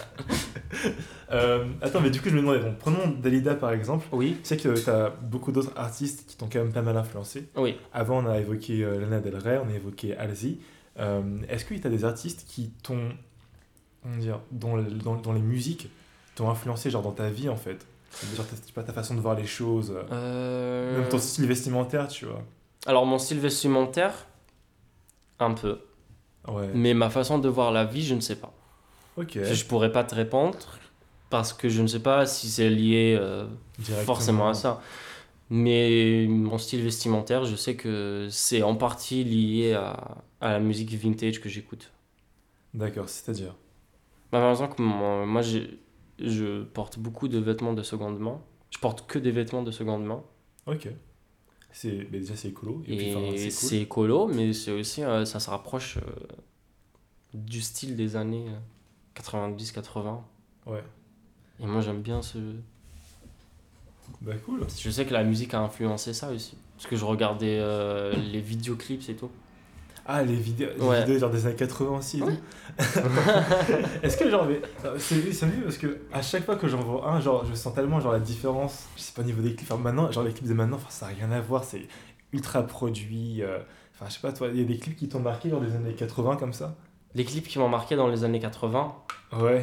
euh, Attends, mais du coup, je me demandais, bon, prenons Dalida par exemple. Oui, Je sais que tu as beaucoup d'autres artistes qui t'ont quand même pas mal influencé. oui. Avant, on a évoqué euh, Lana Del Rey, on a évoqué Halsey. Euh, Est-ce que tu as des artistes qui t'ont, comment dire, dont, le- dans, dans les musiques, t'ont influencé genre dans ta vie en fait? Genre ta, je sais pas, ta façon de voir les choses, euh, Euh, même ton style vestimentaire, tu vois. Alors, mon style vestimentaire, un peu. Ouais, Mais ma façon de voir la vie, je ne sais pas. ok. Je pourrais pas te répondre parce que je ne sais pas si c'est lié euh, Directement. forcément à ça. Mais mon style vestimentaire, je sais que c'est en partie lié à, à la musique vintage que j'écoute. D'accord, c'est-à-dire. Bah, par exemple, moi, moi, j'ai- je porte beaucoup de vêtements de seconde main. Je porte que des vêtements de seconde main. Ok. C'est, mais déjà, c'est écolo. Et, puis, enfin, Et c'est c'est cool. écolo, mais c'est aussi, euh, ça se rapproche euh, du style des années euh, quatre-vingt-dix quatre-vingts. Ouais. Et moi, j'aime bien ce... Bah, cool. Je sais que la musique a influencé ça aussi. Parce que je regardais euh, les vidéoclips et tout. Ah, les vidéos, les Ouais. vidéos genre des années quatre-vingts aussi. et Ouais. tout. Est-ce que genre, mais, euh, c'est c'est mieux parce que à chaque fois que j'en vois un, genre, je sens tellement genre la différence. Je sais pas au niveau des clips. Enfin, maintenant, genre les clips de maintenant, enfin, ça n'a rien à voir. C'est ultra produit. euh, Enfin, je sais pas, toi, il y a des clips qui t'ont marqué genre des années quatre-vingts comme ça. Les clips qui m'ont marqué dans les années quatre-vingts. Ouais.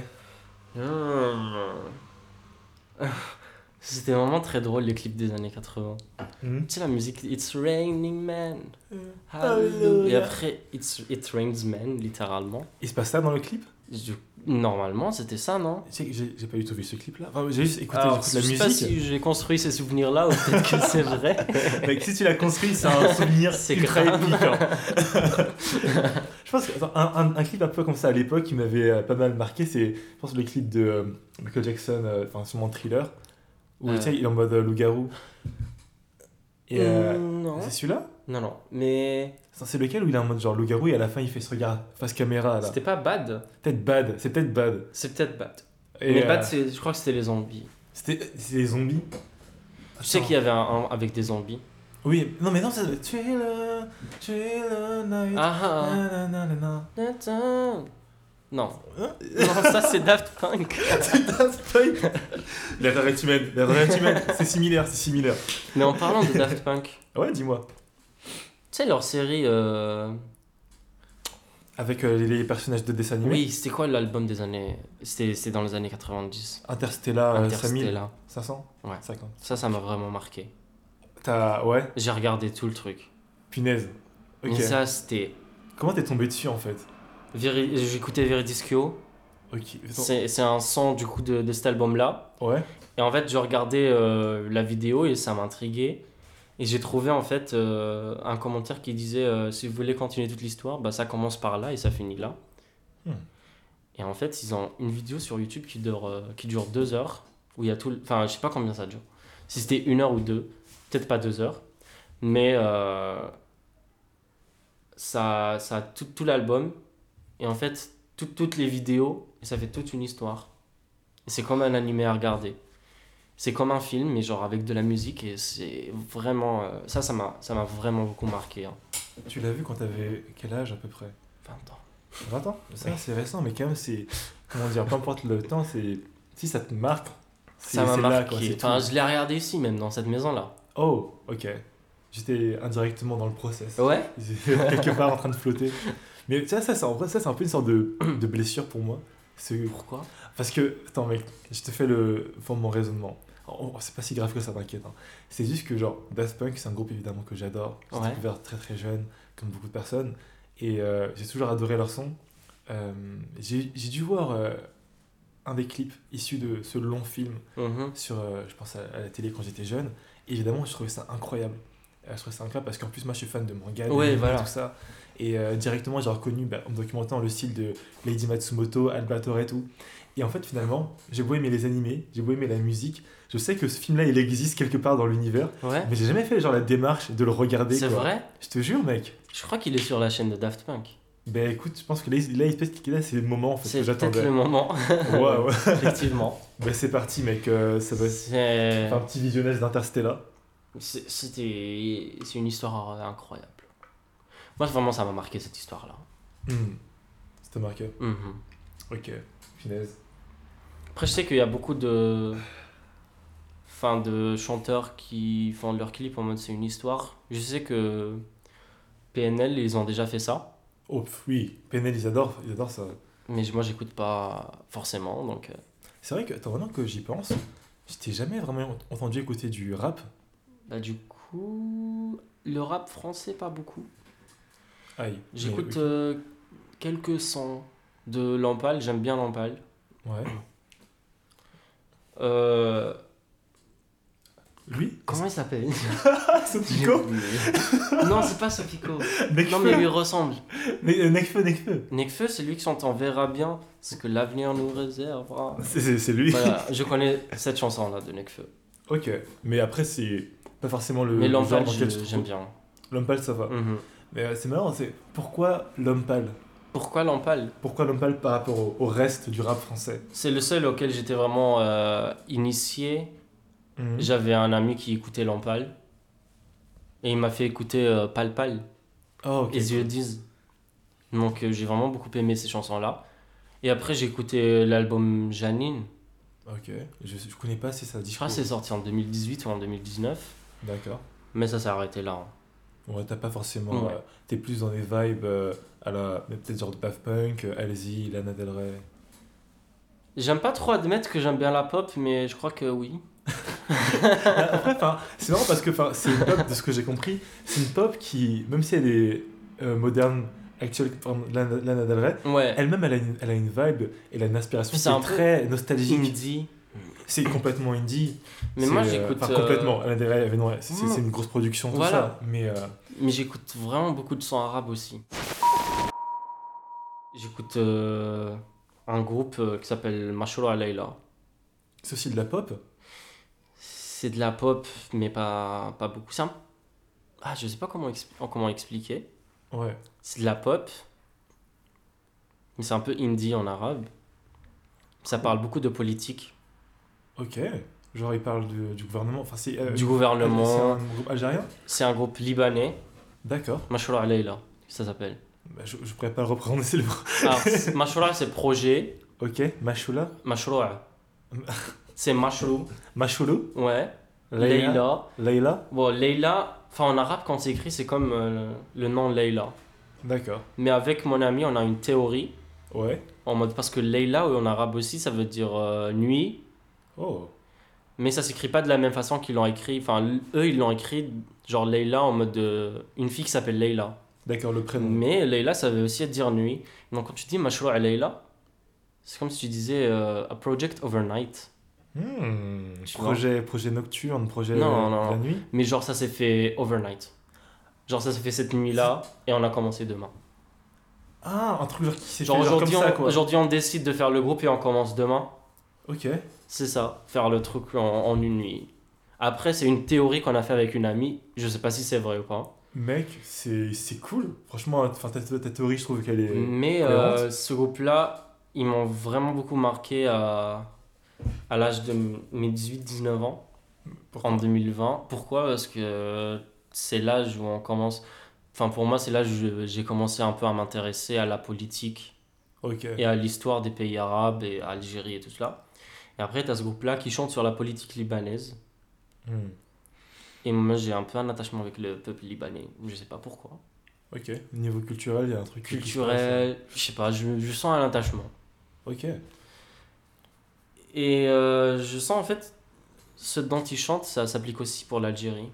C'était vraiment très drôle les clips des années quatre-vingts. Mhm. Tu sais la musique It's Raining Man. Hallelujah. Hallelujah. Et après It's, It Rains Man, littéralement. Il se passe ça dans le clip? Je- Normalement, c'était ça, non? Tu sais que j'ai j'ai pas du tout vu ce clip-là. Enfin, j'ai juste écouté, Alors, j'écoute je la sais musique. pas si j'ai construit ces souvenirs-là ou peut-être que c'est vrai. Mec, si tu l'as construit, c'est un souvenir C'est ultra grave. épique. hein. Je pense qu'un un, un clip un peu comme ça à l'époque qui m'avait euh, pas mal marqué, c'est je pense le clip de euh, Michael Jackson, euh, enfin sûrement Thriller, où Euh. tu sais, il est en mode euh, loup-garou. Et euh, Mm, non. c'est celui-là? Non, non. Mais Attends, c'est lequel où il est en mode genre loup-garou et à la fin il fait ce regard face caméra là? c'était pas Bad. Peut-être Bad, c'est peut-être Bad. C'est peut-être Bad. Et, Mais euh, Bad, c'est- je crois que c'était les zombies. c'était c'est les zombies. Tu sais Attends. qu'il y avait un, un avec des zombies. Oui, non mais non, ça doit être Thriller, Thriller Night. Ah ah. Na, na, na, na, na. Non. Hein? Non, ça c'est Daft Punk. C'est Daft Punk. L'erreur est humaine, l'erreur est humaine. C'est similaire, c'est similaire. Mais en parlant de Daft Punk, Ouais, dis-moi. tu sais leur série. euh, Avec euh, les, les personnages de dessin animé. Oui, c'était quoi l'album des années. C'était c'était dans les années quatre-vingt-dix. Interstellar, euh, cinq mille, Interstellar. cinq cents Ouais. cinquante. Ça, ça m'a vraiment marqué. T'as. Ouais, J'ai regardé tout le truc. punaise. Ok. Mais ça, c'était. Comment t'es tombé dessus en fait? Veri- J'écoutais Veridiscio. Ok. Attends. C'est c'est un son du coup de, de cet album-là. Ouais. Et en fait, je regardais euh, la vidéo et ça m'intriguait. Et j'ai trouvé en fait euh, un commentaire qui disait euh, si vous voulez continuer toute l'histoire, bah, ça commence par là et ça finit là. Hmm. Et en fait, ils ont une vidéo sur YouTube qui dure, euh, qui dure deux heures, où il y a tout. le- Enfin, je sais pas combien ça dure. Si c'était une heure ou deux, peut-être pas deux heures, mais euh, ça, ça a tout, tout l'album, et en fait, tout- toutes les vidéos, et ça fait toute une histoire. Et c'est comme un animé à regarder. C'est comme un film, mais genre avec de la musique, et c'est vraiment. euh, ça, ça m'a, ça m'a vraiment beaucoup marqué. Hein. Tu l'as vu quand t'avais quel âge à peu près? vingt ans. vingt ans? Ça, c'est récent, mais quand même, c'est. Comment dire, peu importe le temps, c'est. Si ça te marque, c'est Ça m'a c'est là, quoi. marqué. C'est Enfin, tout. je l'ai regardé ici, même, dans cette maison-là. Oh, ok. J'étais indirectement dans le process. Ouais? J'étais quelque part en train de flotter. Mais ça, ça, c'est en vrai, ça, c'est un peu une sorte de, de blessure pour moi. C'est Pourquoi? parce que, attends, mec, je te fais le fond de mon raisonnement. Oh, oh, c'est pas si grave que ça, t'inquiète. Hein. C'est juste que, genre, Daft Punk, c'est un groupe évidemment que j'adore. J'ai Ouais. découvert très très jeune, comme beaucoup de personnes. Et euh, j'ai toujours adoré leur son. Euh, j'ai j'ai dû voir euh, un des clips issus de ce long film Mhm. sur, euh, je pense, à, à la télé quand j'étais jeune. Et évidemment, je trouvais ça incroyable. Euh, je trouvais ça incroyable parce qu'en plus, moi, je suis fan de manga, Ouais, d'anime, voilà. tout ça. Et euh, directement, j'ai reconnu, bah, en me documentant, le style de Lady Matsumoto, Albator et tout. Et en fait, finalement, j'ai beau aimer les animés, j'ai beau aimer la musique. Je sais que ce film-là, il existe quelque part dans l'univers. Ouais. Mais j'ai jamais fait genre la démarche de le regarder. C'est quoi. vrai? Je te jure, mec. Je crois qu'il est sur la chaîne de Daft Punk. Ben écoute, je pense que là, là, il- là, c'est le moment en fait, C'est que peut-être j'attendais. le moment. Ouais, ouais. Effectivement. Ben c'est parti, mec. euh, ça va C'est faire un petit visionnage d'Interstellar. c'est- c'était c'est une histoire euh, incroyable. Moi, vraiment, ça m'a marqué cette histoire-là. Hmm. C'était marqué. Mhm. Ok. Finesse. Après, je sais qu'il y a beaucoup de enfin de chanteurs qui font leurs clips en mode c'est une histoire. Je sais que P N L, ils ont déjà fait ça, Oh pff, oui, P N L, ils adorent, ils adorent ça. mais moi, j'écoute pas forcément, donc euh, C'est vrai que, attends, maintenant que j'y pense, je t'ai jamais vraiment entendu écouter du rap. bah du coup, le rap français pas beaucoup. Aïe. J'écoute Mais, euh, quelques sons de Lampal, j'aime bien Lampal. ok. Ouais. Euh, Lui comment il s'appelle? Sopico. Non, c'est pas Sopico. Nekfeu. Non, mais il lui ressemble. Ne- euh, Nekfeu, Nekfeu. Nekfeu, c'est lui qui chante On verra bien ce que l'avenir nous réservera. C'est- C'est c'est lui. Voilà, je connais cette chanson-là de Nekfeu. Ok. Mais après, c'est pas forcément le, Mais le genre Lampal, dans lequel tu je- te j'aime retrouves. bien. L'homme pâle, ça va. Mhm. Mais euh, c'est marrant, c'est pourquoi l'homme pâle? Pourquoi Lampal? Pourquoi l'homme pâle par rapport au, au reste du rap français? C'est le seul auquel j'étais vraiment euh, initié. Mhm. J'avais un ami qui écoutait Lampal. Et il m'a fait écouter euh, Pal Pal. Oh, ok. Les yeux disent. Donc euh, j'ai vraiment beaucoup aimé ces chansons-là. Et après j'ai écouté l'album Janine. Ok. Je, je connais pas si ça dit. Je crois que c'est sorti en deux mille dix-huit ou en deux mille dix-neuf. D'accord. Mais ça s'est arrêté là. hein. Ouais, t'as pas forcément. Ouais. euh, T'es plus dans des vibes euh, à la. mais peut-être genre de Daft Punk, euh, Halsey, Lana Del Rey. J'aime pas trop admettre que j'aime bien la pop, mais je crois que oui. Après, enfin, c'est marrant parce que enfin, c'est une pop, de ce que j'ai compris, c'est une pop qui, même si elle est euh, moderne, actuelle, par exemple, Lana, Lana Del Rey, Ouais. elle-même elle a, une, elle a une vibe, elle a une inspiration C'est qui un est peu très nostalgique. Indie. C'est complètement indie. Mais C'est, moi euh, j'écoute. Enfin, euh, complètement. Lana Del Rey, non, c'est, c'est- c'est une grosse production, tout Voilà. ça. Mais. euh, Mais j'écoute vraiment beaucoup de sons arabes aussi. J'écoute euh, un groupe euh, qui s'appelle Mashoura Leila. c'est aussi de la pop. C'est de la pop, mais pas, pas beaucoup. C'est un- Ah, je sais pas comment, expli- comment expliquer. Ouais. C'est de la pop, mais c'est un peu indie en arabe. Ça parle beaucoup de politique, Ok. Genre, il parle de- du gouvernement. Enfin, c'est. euh, du C'est gouvernement. un groupe algérien. C'est un groupe libanais, D'accord. Mashoura Leila, ça s'appelle. Bah, je, je pourrais pas le reprononcer le mot. Alors, c'est- Mashoura, c'est projet. Ok. Machoula. Mashoura. C'est Mashrou. Machoulou. Ouais. Leila. Leila. Leila. Bon, Leila, enfin en arabe, quand c'est écrit, c'est comme euh, le nom Leila. D'accord. Mais avec mon ami, on a une théorie. Ouais. En mode, parce que Leila, en arabe aussi, ça veut dire euh, nuit. Oh. Mais ça s'écrit pas de la même façon qu'ils l'ont écrit. Enfin, l- eux, ils l'ont écrit genre Leila en mode de... une fille qui s'appelle Leila. D'accord, le prénom. Mais Leila, ça veut aussi dire nuit. Donc quand tu dis Mashroua Leila, c'est comme si tu disais euh, a project overnight. Hmm, Tu vois. projet, projet nocturne, projet Non, euh, non, de la non. nuit. Mais genre, ça s'est fait overnight. Genre, ça s'est fait cette nuit-là et on a commencé demain. Ah, un truc genre qui s'est Genre, fait genre comme aujourd'hui ça, on, quoi. aujourd'hui, on décide de faire le groupe et on commence demain. Ok. C'est ça, faire le truc en, en une nuit. Après, c'est une théorie qu'on a fait avec une amie. Je sais pas si c'est vrai ou pas. Mec, c'est c'est cool. Franchement, enfin, ta, ta théorie, je trouve qu'elle est Mais cohérente. euh, ce groupe-là, ils m'ont vraiment beaucoup marqué à, à l'âge de mes dix-huit dix-neuf ans, Pourquoi? en deux mille vingt. Pourquoi? Parce que c'est l'âge où on commence... Enfin, pour moi, c'est l'âge où je- j'ai commencé un peu à m'intéresser à la politique Ok. et à l'histoire des pays arabes et à Algérie et tout cela. Et après, tu as ce groupe-là qui chante sur la politique libanaise. Hmm. Et moi, j'ai un peu un attachement avec le peuple libanais. Je sais pas pourquoi. Ok. Niveau culturel, il y a un truc qui se passe, Culturel, je sais pas, je, je sens un attachement. euh. Ok. Et euh, je sens en fait, ce dont il chante, ça s'applique aussi pour l'Algérie.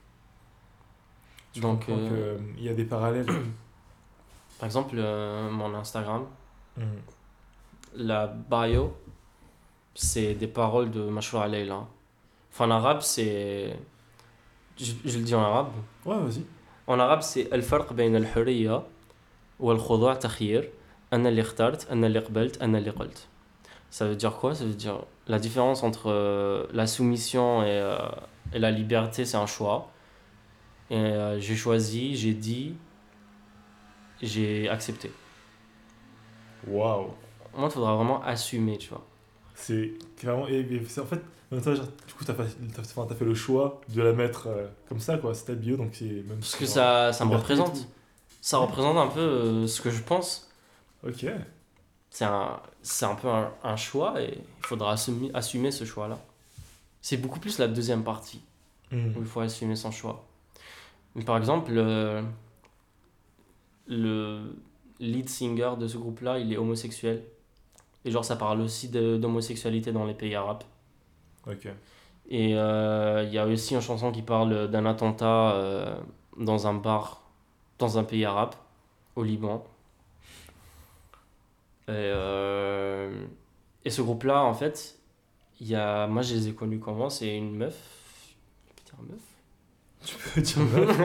Tu Donc, comprends euh, qu'il y a des parallèles. par exemple, euh, mon Instagram, Hmm. la bio, c'est des paroles de Mashoura Leila. Enfin, en arabe, c'est. Je, je le dis en arabe. Ouais, vas-y. En arabe, c'est الفرق بين الحرية والخضوع تخيير أنا اللي اخترت أنا اللي قبلت أنا اللي قلت. Ça veut dire quoi? Ça veut dire la différence entre euh, la soumission et, euh, et la liberté, c'est un choix. Et euh, j'ai choisi, j'ai dit, j'ai accepté. Waouh. Moi, il faudra vraiment assumer, tu vois. C'est clairement. Et, et c'est en fait, en même temps, genre, du coup, t'as fait, t'as, enfin, t'as fait le choix de la mettre euh, comme ça, quoi. C'est ta bio, donc c'est même. Parce que genre, ça, ça me liberté et représente. tout. Ça représente un peu euh, ce que je pense. Ok. C'est un, c'est un peu un, un choix et il faudra assumer, assumer ce choix-là. C'est beaucoup plus la deuxième partie Hmm. où il faut assumer son choix. Mais par exemple, le, le lead singer de ce groupe-là, il est homosexuel. Et genre, ça parle aussi de- d'homosexualité dans les pays arabes. Ok. Et euh, il y a aussi une chanson qui parle d'un attentat euh, dans un bar, dans un pays arabe, au Liban. Et, euh, et ce groupe-là, en fait, il y a, moi je les ai connus comment? C'est une meuf. Je peux dire meuf? Tu peux dire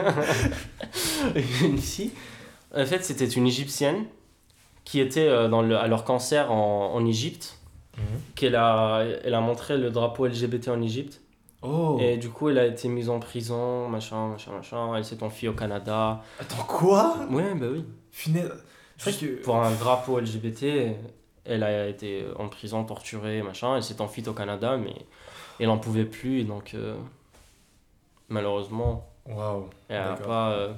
meuf. Une fille. En fait, c'était une égyptienne qui était euh, dans le, à leur concert en, en Égypte, Mhm. qu'elle a, elle a montré le drapeau L G B T en Égypte. Oh. Et du coup, elle a été mise en prison, machin, machin, machin. Elle s'est enfuie au Canada. Attends, quoi? Ouais, bah oui. Finesse. C'est Juste vrai que. pour un drapeau L G B T, elle a été en prison, torturée, machin. Elle s'est enfuie au Canada, mais elle en pouvait plus. Et donc, euh, malheureusement, Waouh. elle a D'accord. pas. euh,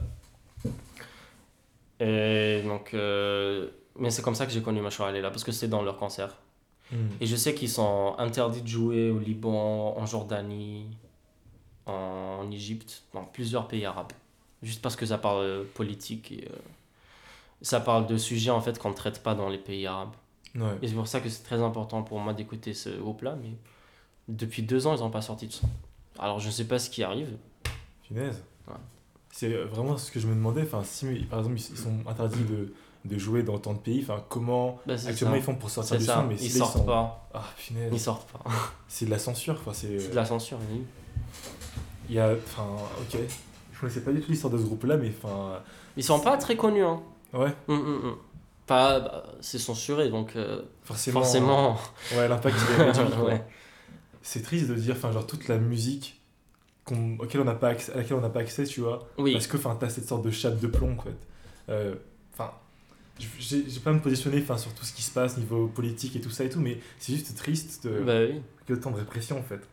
Et donc. euh, Mais c'est comme ça que j'ai connu Mashoura Leila, parce que c'était dans leur concert. Hmm. Et je sais qu'ils sont interdits de jouer au Liban, en Jordanie, en Égypte, dans plusieurs pays arabes. Juste parce que ça parle euh, politique et euh, ça parle de sujets en fait qu'on ne traite pas dans les pays arabes. Ouais. Et c'est pour ça que c'est très important pour moi d'écouter ce groupe-là, mais depuis deux ans, ils n'ont pas sorti de son. Alors je ne sais pas ce qui arrive. Finesse. Ouais. C'est euh, vraiment ce que je me demandais. Enfin, si par exemple ils ils sont interdits de, de jouer dans tant de pays, enfin, comment Bah, c'est actuellement ça. ils font pour sortir C'est du ça, son, mais ils si là, sortent sont... pas. Ah, finesse. Ils sortent pas. C'est de la censure, enfin, c'est. C'est de la censure, oui. Il y a. Enfin, ok. Je connaissais pas du tout l'histoire de ce groupe-là, mais enfin. Ils sont pas très connus, hein. Ouais, Hum, hum, hum. Pas, bah, c'est censuré, donc euh, forcément. forcément. Ouais, l'impact il est réduit, quoi. Ouais. C'est triste de dire, enfin, genre toute la musique qu'on- auquel on n'a pas accès, à laquelle on n'a pas accès, tu vois. Oui. Parce que, enfin, t'as cette sorte de chape de plomb, en fait. Euh, Enfin, j'ai j'ai pas à me positionner, enfin, sur tout ce qui se passe niveau politique et tout ça et tout, mais c'est juste triste de Bah oui. qu'il y ait autant de répression, en fait.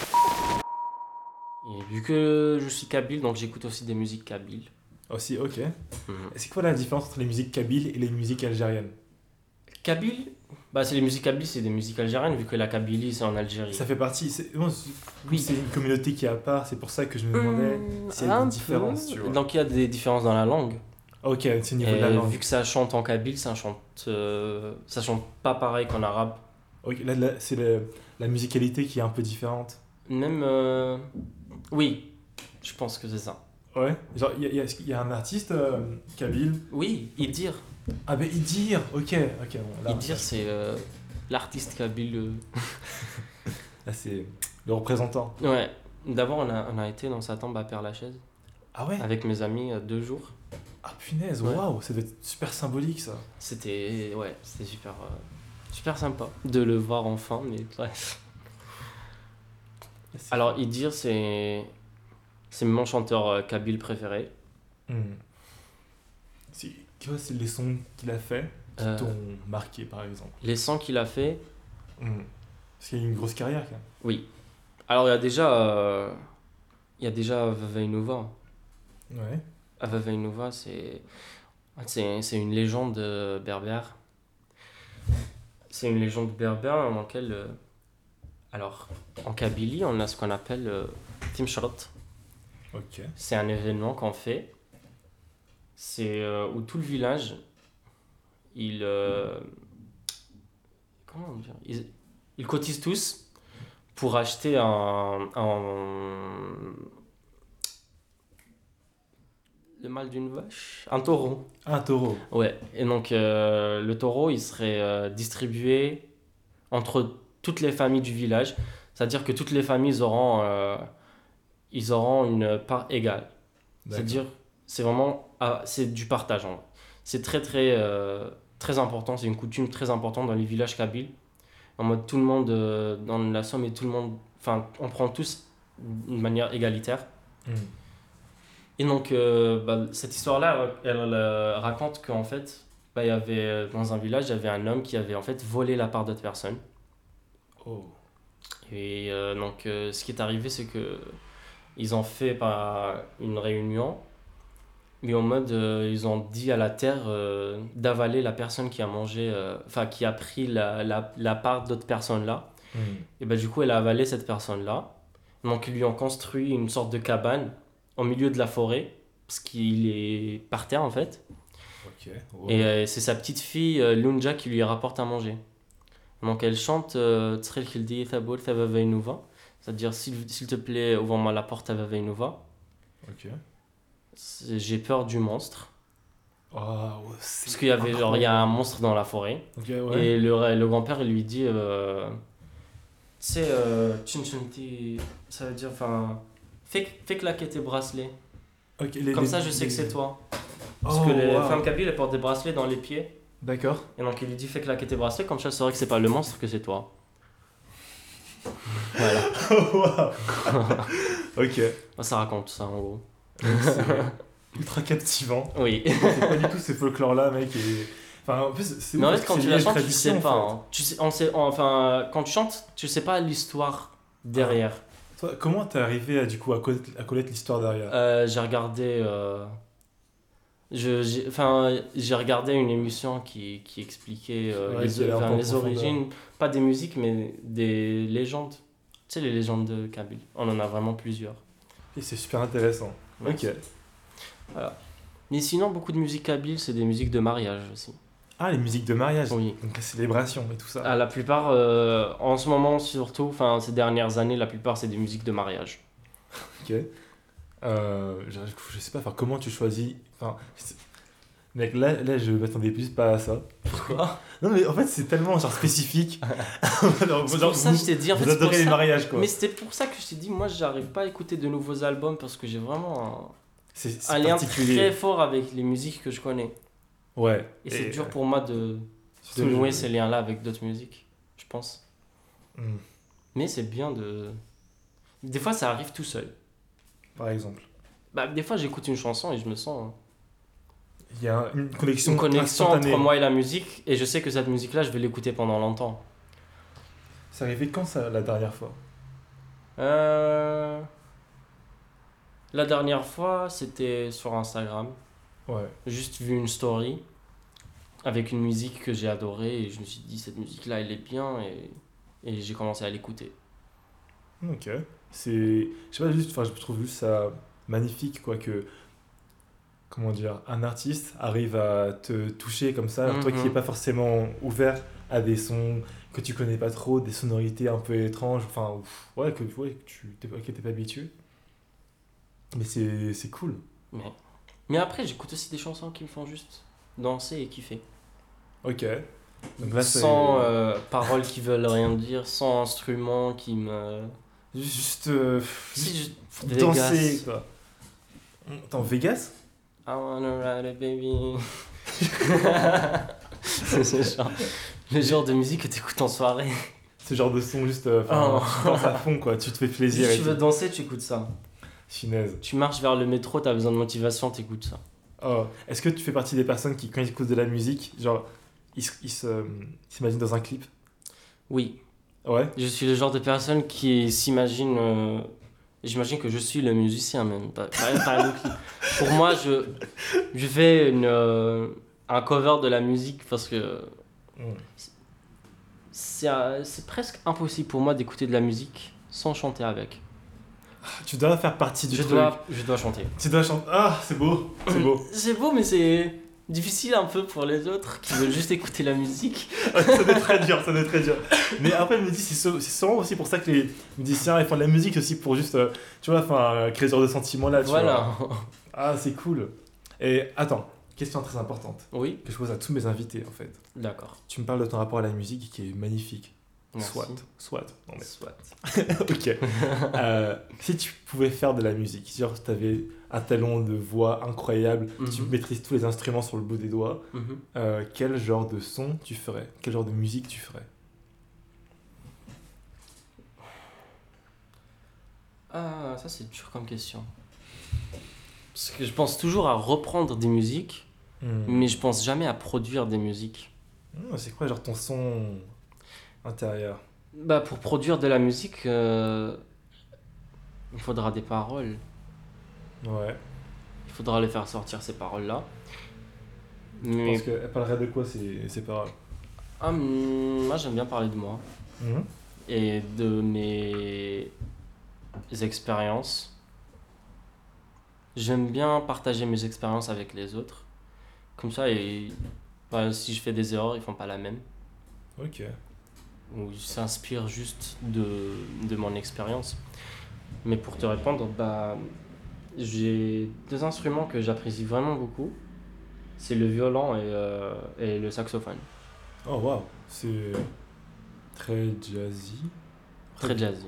Et vu que je suis kabyle, donc j'écoute aussi des musiques kabyles. Aussi, ok. Mhm. C'est quoi la différence entre les musiques kabyles et les musiques algériennes? Kabyle, bah c'est les musiques kabyles, c'est des musiques algériennes, vu que la Kabylie c'est en Algérie. Ça fait partie. C'est bon, c'est- Oui. c'est une communauté qui est à part, c'est pour ça que je me demandais Hum, s'il y a un des différences, peu. tu vois. Donc il y a des différences dans la langue. Ok, c'est au niveau de la Et langue. vu que ça chante en kabyle, ça chante, euh, ça chante pas pareil qu'en arabe. Ok, là, là, c'est le- la musicalité qui est un peu différente. Même, euh, oui, je pense que c'est ça. Ouais. Genre, il y, a- il y a il y a un artiste euh, kabyle. Oui, Idir. Ah, ben Idir. Ok, ok. Bon, là, Idir, c'est euh, l'artiste kabyle. euh. Là, c'est le représentant. Ouais. D'abord, on a, on a été dans sa tombe à Père-Lachaise Ah ouais? avec mes amis euh, deux jours. Ah punaise, Ouais. waouh, ça doit être super symbolique ça. C'était ouais, c'était super, euh, super sympa de le voir enfin, mais bref. C'est- Alors, Idir, c'est c'est mon chanteur euh, kabyle préféré. Hmm. C'est quoi, c'est les sons qu'il a fait qui Euh, t'ont marqué par exemple? les sons qu'il a fait, Hmm. Parce qu'il y a une grosse carrière quand même. oui. Alors, il y a déjà, euh, il y a déjà Vava Innova. Ouais. Vava Innova, c'est c'est c'est une légende euh, berbère. C'est une légende berbère dans laquelle, euh, alors, en Kabylie, on a ce qu'on appelle euh, Timshrot. Ok. C'est un événement qu'on fait. C'est euh, où tout le village, ils, euh, comment dire, ils, ils cotisent tous pour acheter un, un le mâle d'une vache, un taureau. Un taureau. Ouais. Et donc euh, le taureau, il serait euh, distribué entre toutes les familles du village. C'est-à-dire que toutes les familles ils auront, euh, ils auront une part égale. D'accord. C'est-à-dire, c'est vraiment, ah, c'est du partage. En vrai. C'est très très euh, très important. C'est une coutume très importante dans les villages kabyles. En mode tout le monde euh, dans la Somme et tout le monde, enfin, on prend tous d'une manière égalitaire. Hmm. Et donc, euh, bah, cette histoire-là, elle, elle, euh, raconte qu'en fait, bah, il y avait, euh, dans un village, il y avait un homme qui avait en fait volé la part d'autres personnes. Oh. Et euh, donc, euh, ce qui est arrivé, c'est que ils ont fait bah, une réunion, mais en mode, euh, ils ont dit à la terre euh, d'avaler la personne qui a mangé, euh, enfin, qui a pris la, la, la part d'autres personnes-là. Hmm. Et bah, du coup, elle a avalé cette personne-là. Donc, ils lui ont construit une sorte de cabane au milieu de la forêt, parce qu'il est par terre en fait. Ok. Wow. Et euh, c'est sa petite fille euh, Lunja qui lui rapporte à manger. Donc elle chante euh, Tsrel Khildi Thabol Thabaveinouva, c'est-à-dire s'il s'il te plaît, ouvre-moi la porte Thabaveinouva. Ok. C'est- J'ai peur du monstre. Oh, ouais, c'est Parce qu'il y avait genre, il y a un monstre dans la forêt. Ok, ouais. Et le, le grand-père il lui dit euh, tu sais, euh, Chinchanti, ça veut dire, enfin, fais, fais claquer tes bracelets. Ok, les- Comme les- ça, je sais les- que c'est toi. Parce Oh, que les wow. femmes kabyles, elles portent des bracelets dans les pieds. D'accord. Et donc il lui dit fais claquer tes bracelets, comme ça je saurais que c'est pas le monstre, que c'est toi. Voilà. Ok. Bah, ça raconte ça en gros. C'est ultra captivant. Oui. C'est pas du tout ces folklore-là, mec. Et... Enfin, en plus, c'est Mais ouf en parce fait, que quand c'est tu la lié à chantes, tu tradition, sais pas. en fait. Hein. Tu sais, on sait, enfin, quand tu chantes, tu sais pas l'histoire derrière. Toi, comment t'es arrivé à, du coup, à connaître, à connaître l'histoire derrière? Euh, j'ai regardé. Euh, je, j'ai, enfin, j'ai regardé une émission qui, qui expliquait euh, Ouais, les, qui allait un peu enfin, en les profondeur. origines, pas des musiques, mais des légendes. Tu sais, les légendes de Kabyle. On en a vraiment plusieurs. Et c'est super intéressant. Merci. Ok. Mais sinon, beaucoup de musique kabyle, c'est des musiques de mariage aussi. Ah, les musiques de mariage. Oui. Donc la célébration et tout ça. Ah, la plupart, euh, en ce moment surtout, enfin ces dernières années, la plupart c'est des musiques de mariage. Ok. Euh, je, je sais pas, enfin, comment tu choisis. Enfin, c'est- mec, là, là, je m'attendais plus pas à ça. Pourquoi? Non, mais en fait, c'est tellement genre spécifique. Genre, C'est genre, pour ça que vous, je t'ai dit, en vous fait, c'est pour adorez les ça. mariages, quoi. Mais c'était pour ça que je t'ai dit, moi j'arrive pas à écouter de nouveaux albums parce que j'ai vraiment C'est un, c'est un lien particulier. très fort avec les musiques que je connais. Ouais. Et, c'est Et, dur euh, pour moi de, de surtout, nouer je- ces liens-là avec d'autres musiques, je pense. Hmm, Mais c'est bien de. Des fois ça arrive tout seul. Par exemple. Bah, des fois j'écoute une chanson et je me sens. Il y a une connexion, Une connexion instantanée. entre moi et la musique, et je sais que cette musique-là, je vais l'écouter pendant longtemps. C'est arrivé quand ça, la dernière fois? Euh... La dernière fois, c'était sur Instagram. Ouais. Juste vu une story avec une musique que j'ai adorée, et je me suis dit, cette musique-là, elle est bien, et, et j'ai commencé à l'écouter. Ok. C'est. Je sais pas, juste. Enfin, je trouve juste ça magnifique, quoi, que. Comment dire, un artiste arrive à te toucher comme ça, alors toi qui Mhm. n'es pas forcément ouvert à des sons que tu connais pas trop, des sonorités un peu étranges, enfin, ouf, ouais, que, ouais, que tu t'es pas, que t'es pas habitué. Mais c'est c'est cool. Mais, mais après, j'écoute aussi des chansons qui me font juste danser et kiffer. Ok. Donc là, c'est- sans euh, paroles qui veulent rien dire, sans instruments qui me... Juste, euh, Si, juste je... danser, Vegas. quoi. Attends, Vegas? I wanna ride it, baby. C'est ce genre, le genre de musique que t'écoutes en soirée. Ce genre de son, juste, euh, enfin, Oh. tu danses à fond, quoi. Tu te fais Si plaisir. tu et veux tout. danser, tu écoutes ça. Chinaise. Tu marches vers le métro, t'as besoin de motivation, t'écoutes ça. Oh. Est-ce que tu fais partie des personnes qui, quand ils écoutent de la musique, genre, ils, se- ils se, euh, s'imaginent dans un clip? Oui, Ouais. je suis le genre de personne qui s'imagine... euh, J'imagine que je suis le musicien même, pas, pas- pas le clip. Pour moi, je, je fais une, euh, un cover de la musique parce que Mm. c'est euh, c'est presque impossible pour moi d'écouter de la musique sans chanter avec. Tu dois faire partie du Je truc. dois, je dois chanter. Tu dois chanter. Ah, c'est beau. C'est beau. C'est beau, mais c'est difficile un peu pour les autres qui veulent juste écouter la musique. ça doit être très dur, ça doit être très dur. Mais après, je me dis, c'est so- c'est sûrement aussi pour ça que les musiciens ils font de la musique aussi pour juste, euh, tu vois, enfin, euh, créer ce genre de sentiments-là, tu vois. Voilà. Ah, c'est cool. Et attends, question très importante Oui, que je pose à tous mes invités en fait. d'accord. Tu me parles de ton rapport à la musique qui est magnifique. Merci. Soit, soit. Non mais Soit. ok. Euh, si tu pouvais faire de la musique, genre tu avais un talent de voix incroyable, tu Mhm. maîtrises tous les instruments sur le bout des doigts, Mhm. euh, quel genre de son tu ferais? Quel genre de musique tu ferais? Ah, ça c'est dur comme question. Parce que je pense toujours à reprendre des musiques, Hmm. mais je pense jamais à produire des musiques. Hmm, c'est quoi genre ton son intérieur? Bah, pour produire de la musique, euh, il faudra des paroles. Ouais. Il faudra les faire sortir, ces paroles-là. Je Mais pense qu'elle parlerait de quoi ces, ces paroles? ah, hum, moi, j'aime bien parler de moi Mhm. et de mes expériences. J'aime bien partager mes expériences avec les autres. Comme ça, et, bah, si je fais des erreurs, ils font pas la même. Ok. Ou ils s'inspirent juste de, de mon expérience. Mais pour te répondre, bah, j'ai deux instruments que j'apprécie vraiment beaucoup. C'est le violon et, euh, et le saxophone. Oh waouh, c'est très jazzy. Très jazzy.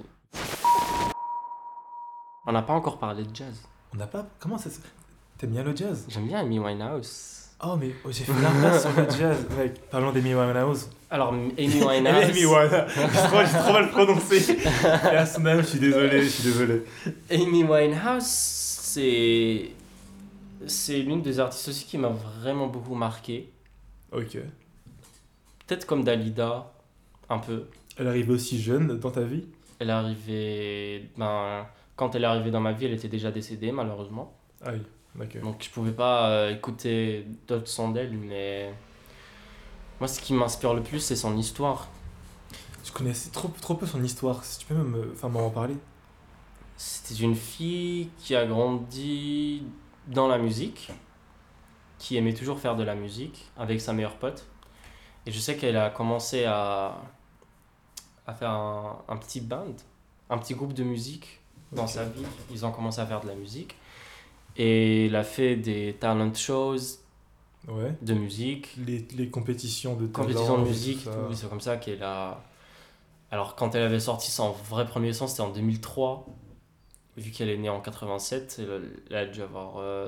On n'a pas encore parlé de jazz. On n'a pas. Comment ça se. T'aimes bien le jazz? J'aime bien Amy Winehouse. Oh, mais oh, j'ai fait l'impasse sur le jazz, mec. Parlons d'Amy Winehouse. Alors, Amy Amy Winehouse. Winehouse. J'ai trop, j'ai trop mal prononcé. Et à son âme, je suis désolé, je suis désolé. Amy Winehouse, c'est. C'est l'une des artistes aussi qui m'a vraiment beaucoup marqué. Ok. Peut-être comme Dalida, un peu. Elle arrive aussi jeune dans ta vie? Elle est arrivée. Ben, quand elle est arrivée dans ma vie, elle était déjà décédée, malheureusement. Ah oui, ok. Donc je pouvais pas euh, écouter d'autres sons d'elle, mais. Moi, ce qui m'inspire le plus, c'est son histoire. Je connaissais trop, trop peu son histoire. Si tu peux me, enfin, m'en parler. C'était une fille qui a grandi dans la musique, qui aimait toujours faire de la musique avec sa meilleure pote. Et je sais qu'elle a commencé à, à faire un, un petit band, un petit groupe de musique dans Ok. sa vie. Ils ont commencé à faire de la musique. Et elle a fait des talent shows Ouais. de musique, Les, les compétitions de compétitions talent, de tout musique, ça. tout. C'est comme ça qu'elle a... Alors quand elle avait sorti son vrai premier son, c'était en deux mille trois. Vu qu'elle est née en quatre-vingt-sept, elle, elle a dû avoir euh,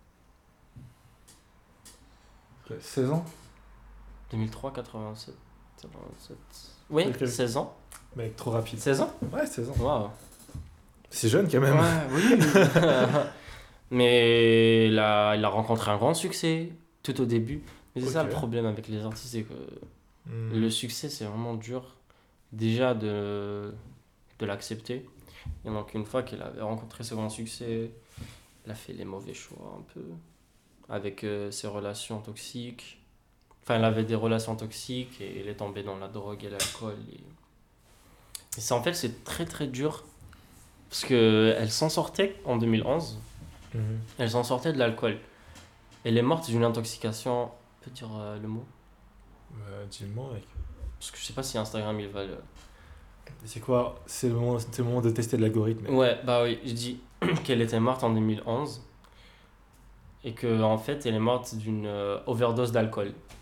Ok, seize ans? deux mille trois, quatre-vingt-sept, quatre-vingt-sept. Oui, Ok. seize ans. Mec, trop rapide. seize ans. Ouais, seize ans. Waouh. C'est jeune quand même. Ouais, oui. Mais elle a, elle a rencontré un grand succès tout au début. Mais c'est ça Ok. le problème avec les artistes, c'est que Hmm. le succès, c'est vraiment dur déjà de, de l'accepter. Et donc une fois qu'elle avait rencontré ce grand succès, elle a fait les mauvais choix un peu, avec euh, ses relations toxiques. Enfin, elle avait des relations toxiques et elle est tombée dans la drogue et l'alcool. Et, et ça, en fait, c'est très très dur. Parce qu'elle s'en sortait en deux mille onze, Mhm. elle s'en sortait de l'alcool. Elle est morte d'une intoxication, on peut dire euh, le mot. Euh, dis-le-moi, mec. Parce que je sais pas si Instagram il va le... C'est quoi? C'est le moment, c'est le moment de tester de l'algorithme. mec. Ouais, bah oui, je dis qu'elle était morte en deux mille onze et que en fait elle est morte d'une euh, overdose d'alcool.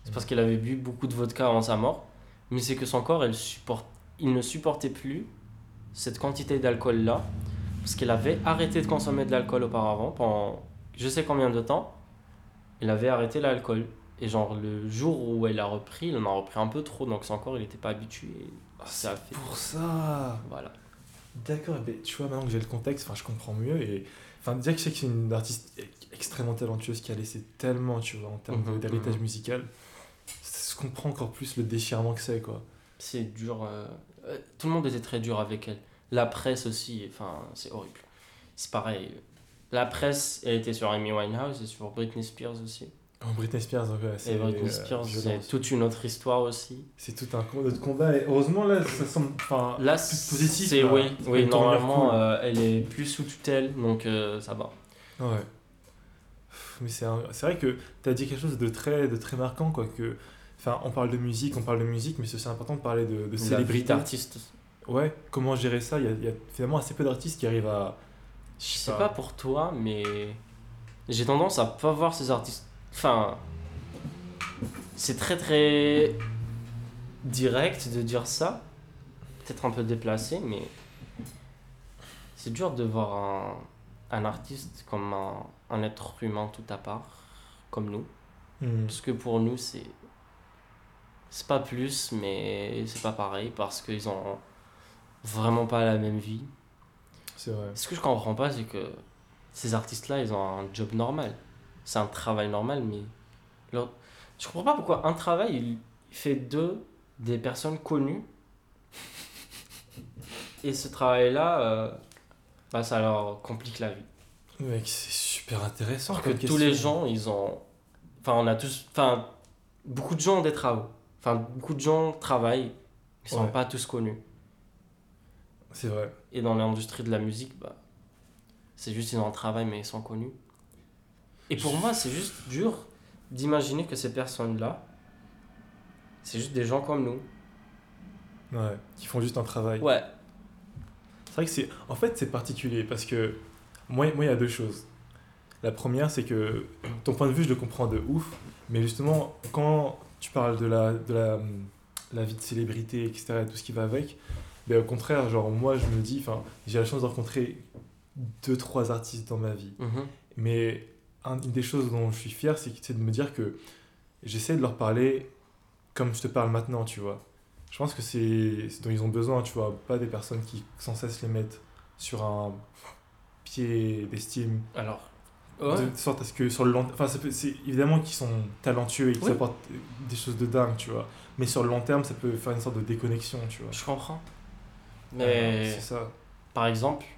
C'est parce qu'il avait bu beaucoup de vodka avant sa mort. Mais c'est que son corps, il, supporte, il ne supportait plus cette quantité d'alcool-là. Parce qu'il avait arrêté de consommer de l'alcool auparavant, pendant je sais combien de temps. Il avait arrêté l'alcool. Et genre, le jour où elle a repris, il en a repris un peu trop. Donc son corps, il n'était pas habitué. Ah, Ça a c'est fait... pour ça. Voilà. D'accord, mais tu vois, maintenant que j'ai le contexte, enfin, je comprends mieux. Et enfin, déjà que je sais que c'est une artiste extrêmement talentueuse qui a laissé tellement, tu vois, en termes Mhm, d'héritage mhm. musical, je comprends encore plus le déchirement que c'est, quoi. C'est dur. euh, euh, Tout le monde était très dur avec elle. La presse aussi, enfin, c'est horrible. C'est pareil. La presse, elle était sur Amy Winehouse et sur Britney Spears aussi. Oh, Britney Spears, donc, ouais, Et c'est Britney euh, Spears, violent. c'est toute une autre histoire aussi. C'est tout un co- autre combat. Et heureusement, là, ça semble enfin, Là, plus positif. c'est là. oui, C'est oui une tournure normalement, cool. euh, elle est plus sous tutelle, donc euh, ça va. Ouais. Mais c'est un- c'est vrai que tu as dit quelque chose de très, de très marquant, quoi. Que, enfin, on parle de musique, on parle de musique, mais c'est aussi important de parler de, de La vie célébrité. d'artiste. Ouais, comment gérer ça? Il y a, il y a finalement assez peu d'artistes qui arrivent à. Je sais pas pour toi, mais j'ai tendance à pas voir ces artistes. Enfin, c'est très très direct de dire ça, peut-être un peu déplacé, mais c'est dur de voir un, un artiste comme un, un être humain tout à part, comme nous. Hmm, Parce que pour nous, c'est c'est pas plus, mais c'est pas pareil, parce qu'ils ont vraiment pas la même vie. c'est vrai. Ce que je comprends pas, c'est que ces artistes-là, ils ont un job normal. C'est un travail normal, mais leur... je comprends pas pourquoi un travail, il fait d'eux des personnes connues. Et ce travail-là, euh, bah, ça leur complique la vie. Mec, c'est super intéressant Alors que comme tous question. les gens, ils ont... Enfin, on a tous... Enfin, beaucoup de gens ont des travaux. Enfin, beaucoup de gens travaillent, qui sont Ouais. pas tous connus. C'est vrai. Et dans l'industrie de la musique, bah, c'est juste ils ont un travail, mais ils sont connus. Et pour Je- moi, c'est juste dur d'imaginer que ces personnes-là, c'est juste des gens comme nous. Ouais, qui font juste un travail. Ouais. C'est vrai que c'est. En fait, c'est particulier parce que. Moi, moi, il y a deux choses. La première, c'est que ton point de vue, je le comprends de ouf, mais justement, quand tu parles de la, de la, la vie de célébrité, et cetera, et tout ce qui va avec, ben, au contraire, genre, moi, je me dis, enfin, j'ai la chance de rencontrer deux, trois artistes dans ma vie. Mhm. Mais un- une des choses dont je suis fier, c'est c'est de me dire que j'essaie de leur parler comme je te parle maintenant, tu vois. Je pense que c'est ce dont ils ont besoin, tu vois, pas des personnes qui sans cesse les mettent sur un pied d'estime, Alors, ouais. de sorte à ce que sur le long... Enfin, ça peut- c'est évidemment qu'ils sont talentueux et qu'ils Oui. apportent des choses de dingue, tu vois. Mais sur le long terme, ça peut faire une sorte de déconnexion, tu vois. Je comprends. Euh, Mais c'est ça. par exemple,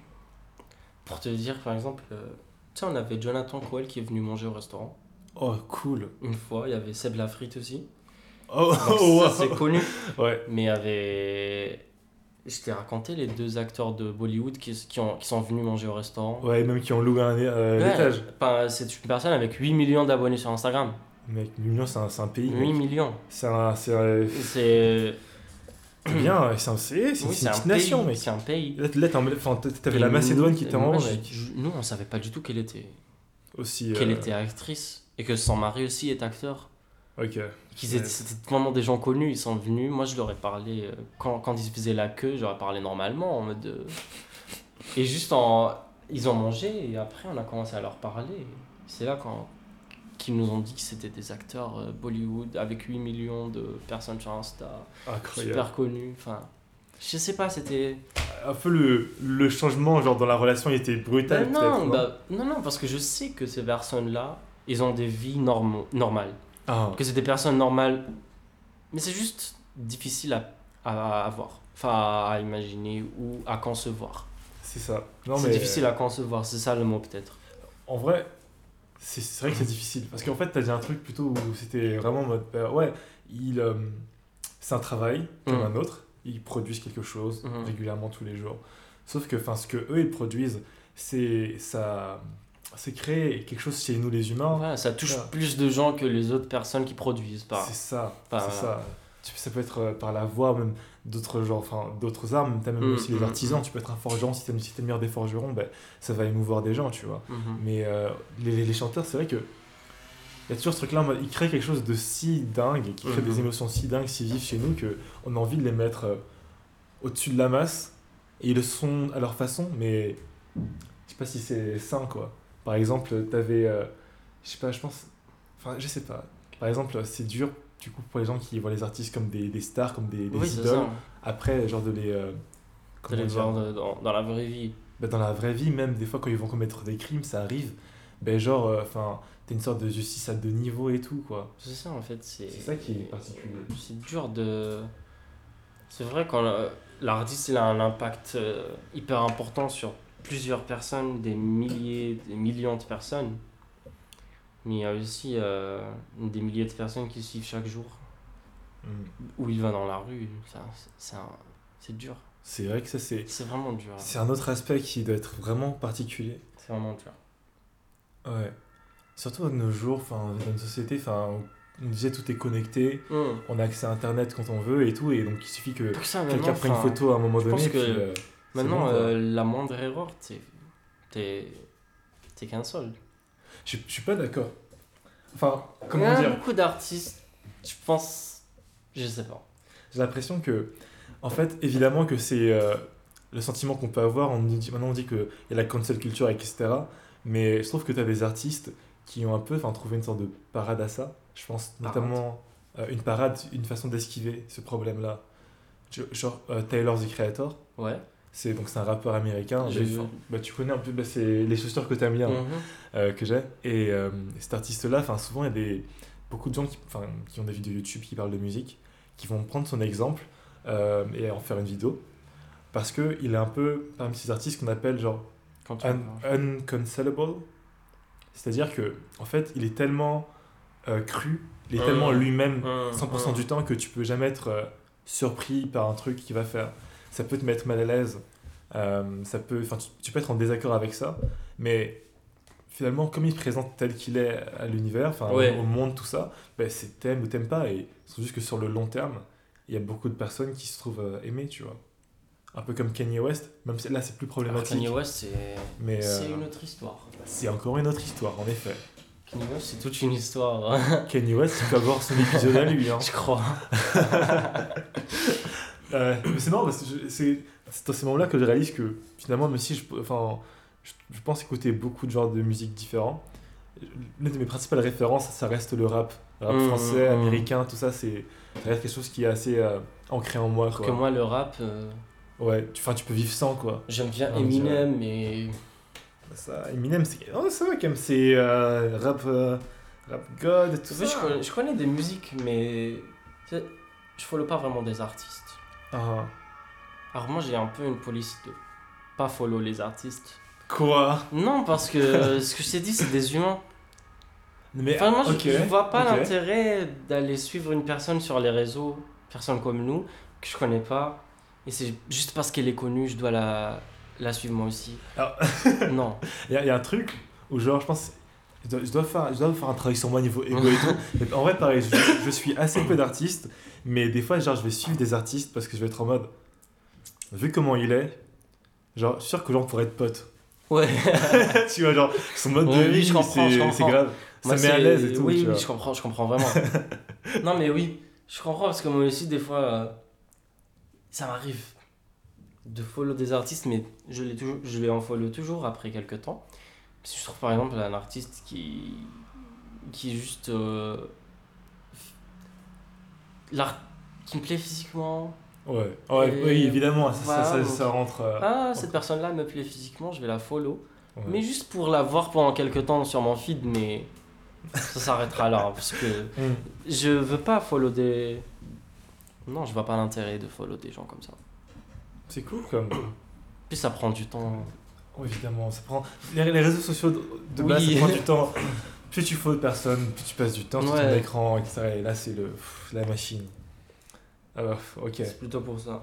pour te dire, par exemple, euh, tu sais, on avait Jonathan Coel qui est venu manger au restaurant. Oh, cool. Une fois, il y avait Seb Lafrite aussi. Oh, Donc oh, ça, c'est wow. connu. Ouais. Mais il y avait... Je t'ai raconté les deux acteurs de Bollywood qui, qui, ont, qui sont venus manger au restaurant. Ouais, même qui ont loué un euh, Ouais, l'étage. enfin, c'est une personne avec huit millions d'abonnés sur Instagram. Mec, l'Union, c'est un, c'est un pays, huit mec. millions. C'est un... C'est un- C'est... c'est bien, c'est un- c'est- c'est Oui, une c'est un petite nation, pays. mec. C'est un pays. Là, là, t'en- enfin, t'avais Et la Macédoine qui nous- était en moi, haut, je- mec. je- Nous, on savait pas du tout qu'elle était, Aussi. qu'elle euh, était actrice. Et que son mari aussi est acteur. Ok. Qu'ils étaient, c'était vraiment des gens connus, ils sont venus. Moi, je leur ai parlé, euh, quand, quand ils faisaient la queue, j'aurais parlé normalement, en mode. euh, Et juste en. Ils ont mangé, et après, on a commencé à leur parler. C'est là quand qu'ils nous ont dit que c'était des acteurs euh, Bollywood avec huit millions de personnes sur Insta, Incroyable. super connus. Enfin, je sais pas, c'était. Un peu le, le changement, genre dans la relation, il était brutal, Ben peut-être. non, Non bah, non, non, parce que je sais que ces personnes-là, ils ont des vies normaux, normales. Ah, Que c'est des personnes normales. Mais c'est juste difficile à, à, à voir. Enfin, à imaginer ou à concevoir. c'est ça. Non, C'est mais difficile à concevoir, c'est ça le mot peut-être. en vrai, c'est c'est vrai que c'est difficile. Parce qu'en fait, t'as dit un truc plutôt où c'était vraiment en mode. euh, ouais, il, euh, c'est un travail comme Mm. un autre. Ils produisent quelque chose Mhm. régulièrement tous les jours. Sauf que enfin, ce que eux ils produisent, c'est ça, c'est créer quelque chose chez nous les humains. Voilà, ça touche ça. plus de gens que les autres personnes qui produisent. Par... C'est ça, Enfin, c'est ça. Tu- Ça peut être euh, par la voix, même d'autres genres, enfin d'autres armes. T'as même Mm, aussi les mm, artisans. mm. Tu peux être un forgeron, si t'es si t'es le meilleur des forgerons, ben, ça va émouvoir des gens, tu vois. Mhm. Mais euh, les, les- les chanteurs, c'est vrai que il y a toujours ce truc-là, en mode, ils créent quelque chose de si dingue, qui crée Mhm. des émotions si dingues, si vives chez nous, qu'on a envie de les mettre euh, au-dessus de la masse. Et ils le sont à leur façon, mais je sais pas si c'est sain, quoi. Par exemple, t'avais, euh, je sais pas, je pense, enfin, je sais pas. Par exemple, c'est dur, du coup, pour les gens qui voient les artistes comme des, des stars, comme des, des Oui, c'est idoles, ça. après, genre de les... euh, De comment les dire, voir de- dans, dans la vraie vie. bah, dans la vraie vie, même des fois quand ils vont commettre des crimes, ça arrive. Ben genre, enfin, t'as une sorte de justice à deux niveaux et tout, quoi. C'est ça, en fait. C'est C'est ça qui est particulier. c'est dur de. C'est vrai quand le- l'artiste il a un impact euh, hyper important sur plusieurs personnes, des milliers, des millions de personnes. Mais il y a aussi euh, des milliers de personnes qui le suivent chaque jour. Mm. Où il va dans la rue. Ça, c'est- c'est un- c'est dur. C'est vrai que ça, c'est, C'est vraiment dur. c'est un autre aspect qui doit être vraiment particulier. C'est vraiment dur. Ouais. Surtout de nos jours, enfin, dans une société, enfin, on disait tout est connecté, Hum. on a accès à Internet quand on veut et tout, et donc il suffit que Pour ça, quelqu'un maintenant, prenne une enfin, photo à un moment je donné, pense et puis, que euh, c'est Maintenant, bon, quoi. euh, la moindre erreur, t'es. T'es. T'es qu'un seul. Je, je suis pas d'accord. Enfin, comment Il y a dire beaucoup d'artistes, je pense. Je sais pas. J'ai l'impression que, en fait, évidemment que c'est euh, le sentiment qu'on peut avoir. On dit, maintenant, on dit qu'il y a la cancel culture, et cetera. Mais je trouve que tu as des artistes qui ont un peu enfin, trouvé une sorte de parade à ça. Je pense Parade. notamment euh, une parade, une façon d'esquiver ce problème-là. Je- Genre euh, Tyler, the Creator. Ouais. C'est donc c'est un rappeur américain. J'ai Bah, vu. bah, tu connais un peu, bah, c'est les chaussures que tu aimes bien, Mhm. euh, que j'ai. Et euh, cet artiste-là, enfin, souvent, il y a des, beaucoup de gens qui, enfin, qui ont des vidéos YouTube qui parlent de musique, qui vont prendre son exemple euh, et en faire une vidéo. Parce qu'il est un peu parmi ces artistes qu'on appelle genre Quand tu un, uncancelable. C'est-à-dire que, en fait, il est tellement euh, cru, il est Hum. tellement lui-même Hum, cent pour cent hum. du temps que tu peux jamais être euh, surpris par un truc qu'il va faire. Ça peut te mettre mal à l'aise, euh, ça peut, enfin, tu, tu peux être en désaccord avec ça, mais finalement, comme il se présente tel qu'il est à l'univers, enfin, Ouais. au, au monde, tout ça, ben, c'est t'aimes ou t'aimes pas, et c'est juste que sur le long terme, il y a beaucoup de personnes qui se trouvent euh, aimées, tu vois. Un peu comme Kanye West, même si là c'est plus Alors, problématique, Kanye West, c'est. mais C'est euh, une autre histoire. c'est encore une autre histoire, en effet. Kanye West, c'est toute une histoire. Kanye West, il peut avoir son épisode à lui, hein. Je crois. Euh, mais c'est marrant parce que je- c'est c'est dans ces moments-là que je réalise que finalement, même si je, enfin, je, je pense écouter beaucoup de genres de musique différents, l'une de mes principales références, ça reste le rap. Le rap Mmh, français, mmh. américain, tout ça, c'est ça reste quelque chose qui est assez euh, ancré en moi. Alors Quoi. que moi, le rap, euh, Ouais, tu, enfin, tu peux vivre sans, quoi. j'aime bien Non, mais c'est Eminem, mais. Ça, Eminem, c'est oh, ça va quand même, c'est euh, rap, euh, rap god, tout Oui, ça. je, connais, je connais des musiques, mais. c'est- Je follow pas vraiment des artistes. Ah. Alors, moi, j'ai un peu une police de pas follow les artistes. Quoi? Non, parce que ce que je t'ai dit, c'est des humains. Mais, Enfin, moi, je- ok, je, vois pas ok. l'intérêt d'aller suivre une personne sur les réseaux, personne comme nous, que je connais pas, et c'est juste parce qu'elle est connue, je dois la, la suivre moi aussi. Alors- Non. Il y, a- il y a un truc où, genre, je pense, je dois, je dois faire, je dois faire un travail sur moi niveau égo et tout. Mais en vrai, pareil, je, je suis assez peu d'artistes, mais des fois, genre, je vais suivre des artistes parce que je vais être en mode, vu comment il est, genre, je suis sûr que genre, on pourrait être potes. Ouais. Tu vois, genre, son mode Oui, de oui, vie, je comprends, je c'est comprends. c'est grave. Ça Moi, met à c'est- l'aise et tout. Oui, tu oui, vois. je comprends, je comprends vraiment. Non, mais oui, je comprends parce que moi aussi, des fois, euh, ça m'arrive de follow des artistes, mais je les, toujours, je les en follow toujours après quelques temps. Si je trouve par exemple un artiste qui, qui est juste. Euh, l'art qui me plaît physiquement. Ouais, ouais Et oui, évidemment, ça, voilà, ça, ça, donc- ça rentre. euh, Ah, cette personne-là me plaît physiquement, je vais la follow. ouais. Mais juste pour la voir pendant quelques temps sur mon feed, mais ça s'arrêtera là. Parce que Hum. je veux pas follow des. Non, je vois pas l'intérêt de follow des gens comme ça. C'est cool, comme. Puis ça prend du temps. Ouais, évidemment, ça prend. Les, les réseaux sociaux de, de Oui. base, ça prend du temps. Plus tu follow de personnes, plus tu passes du temps sur ton Ouais. écran, et cetera. Et là, c'est le, pff, la machine. Alors, ok. C'est plutôt pour ça.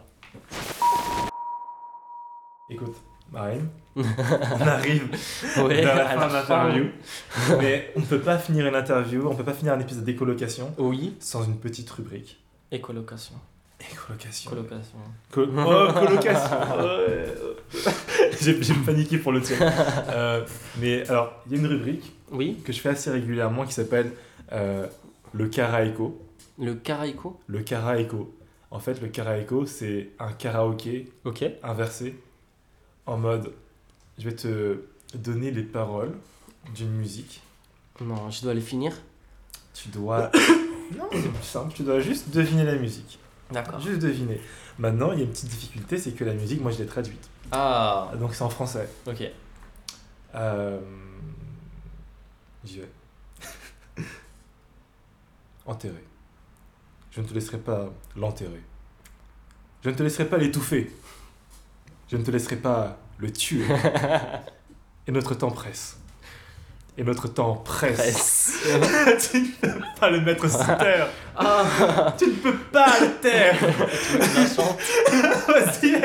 Écoute, Marine, on arrive Ouais, vers la à fin de la l'interview. Mais on ne peut pas finir une interview, on ne peut pas finir un épisode d'écolocation Oui. sans une petite rubrique. Et colocation. Écolocation. Colocation. Co- oh, colocation. Ouais. j'ai, j'ai paniqué pour le tien. Euh, mais alors, il y a une rubrique Oui. que je fais assez régulièrement qui s'appelle Euh, le karaoke. Le karaiko. Le karaoke. En fait, le karaoke, c'est un karaoké Ok. inversé. En mode, je vais te donner les paroles d'une musique. Non, je dois les finir. Tu dois... non, c'est plus simple. Tu dois juste deviner la musique. D'accord. Juste deviner. Maintenant, il y a une petite difficulté, c'est que la musique, moi, je l'ai traduite. Ah, Donc, c'est en français. ok. Euh... J'y vais. Enterrer. Je ne te laisserai pas l'enterrer. Je ne te laisserai pas l'étouffer. Je ne te laisserai pas le tuer. Et notre temps presse. Et notre temps presse. Presse. Tu ne peux pas le mettre sous terre. Ah, Tu ne peux pas le taire. tu la chantes. Vas-y.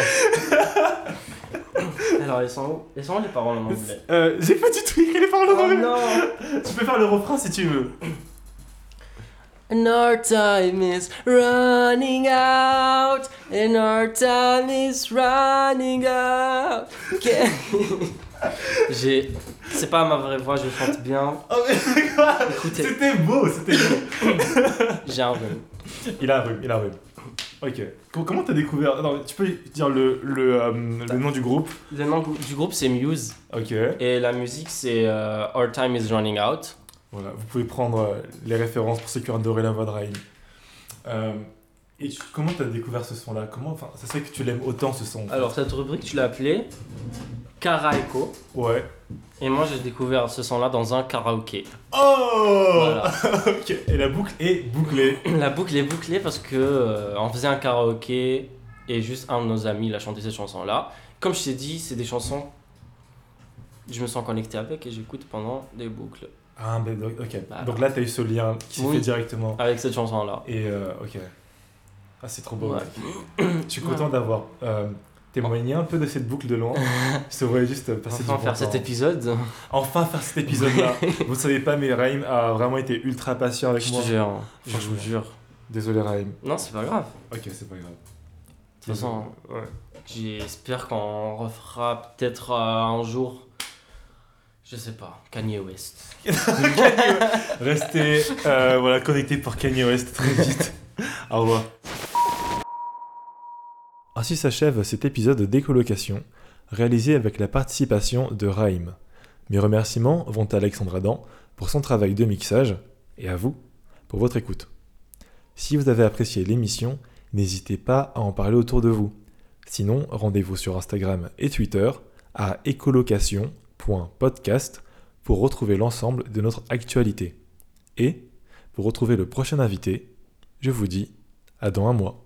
Alors, elles sont où Elles sont où les paroles en anglais? Euh, j'ai pas du tout écrit les paroles en Oh anglais. non. Tu peux faire le refrain si tu veux. And our time is running out. And our time is running out. Okay. J'ai... C'est pas ma vraie voix, je chante bien. Oh mais quoi? Écoutez. C'était beau, c'était beau. J'ai un rhume. Il a un rhume, il a un rhume. Ok. Com- Comment t'as découvert... Non, tu peux dire le, le, euh, le nom du groupe. Le nom du groupe, c'est Muse. Ok. Et la musique, c'est euh, Our Time is Running Out. Voilà, vous pouvez prendre euh, les références pour ceux qui ont adoré la voix de Raïm. Euh, et tu- comment t'as découvert ce son-là? Comment, enfin, ça serait que tu l'aimes autant ce son en fait. Alors, cette rubrique, tu l'as appelée Karaiko. Ouais. Et moi, j'ai découvert ce son-là dans un karaoké. Oh Voilà. Ok. Et la boucle est bouclée. La boucle est bouclée parce que euh, on faisait un karaoké et juste un de nos amis il a chanté cette chanson-là. Comme je t'ai dit, c'est des chansons que je me sens connecté avec et j'écoute pendant des boucles Ah, ben ok. Voilà. Donc là, t'as eu ce lien qui s'est Oui. fait directement. avec cette chanson-là. Et euh, ok. Ah, c'est trop beau. Ouais. mec. Je suis content d'avoir euh, témoigné un peu de cette boucle de loin. Je te voyais juste passer Enfin du faire bon cet temps. épisode. Enfin faire cet épisode-là. Vous ne savez pas, mais Raïm a vraiment été ultra patient avec Je moi. te jure. Je Franchement. vous jure. Désolé Raïm. Non, c'est pas grave. Ok, c'est pas grave. De toute façon, Ouais. j'espère qu'on refera peut-être euh, un jour. Je sais pas, Kanye West. Restez euh, voilà, connectés pour Kanye West très vite. Au revoir. Ainsi s'achève cet épisode de Décolocation, réalisé avec la participation de Raïm. Mes remerciements vont à Alexandre Adam pour son travail de mixage et à vous pour votre écoute. Si vous avez apprécié l'émission, n'hésitez pas à en parler autour de vous. Sinon, rendez-vous sur Instagram et Twitter à écolocation point podcast pour retrouver l'ensemble de notre actualité. Et, pour retrouver le prochain invité, je vous dis à dans un mois.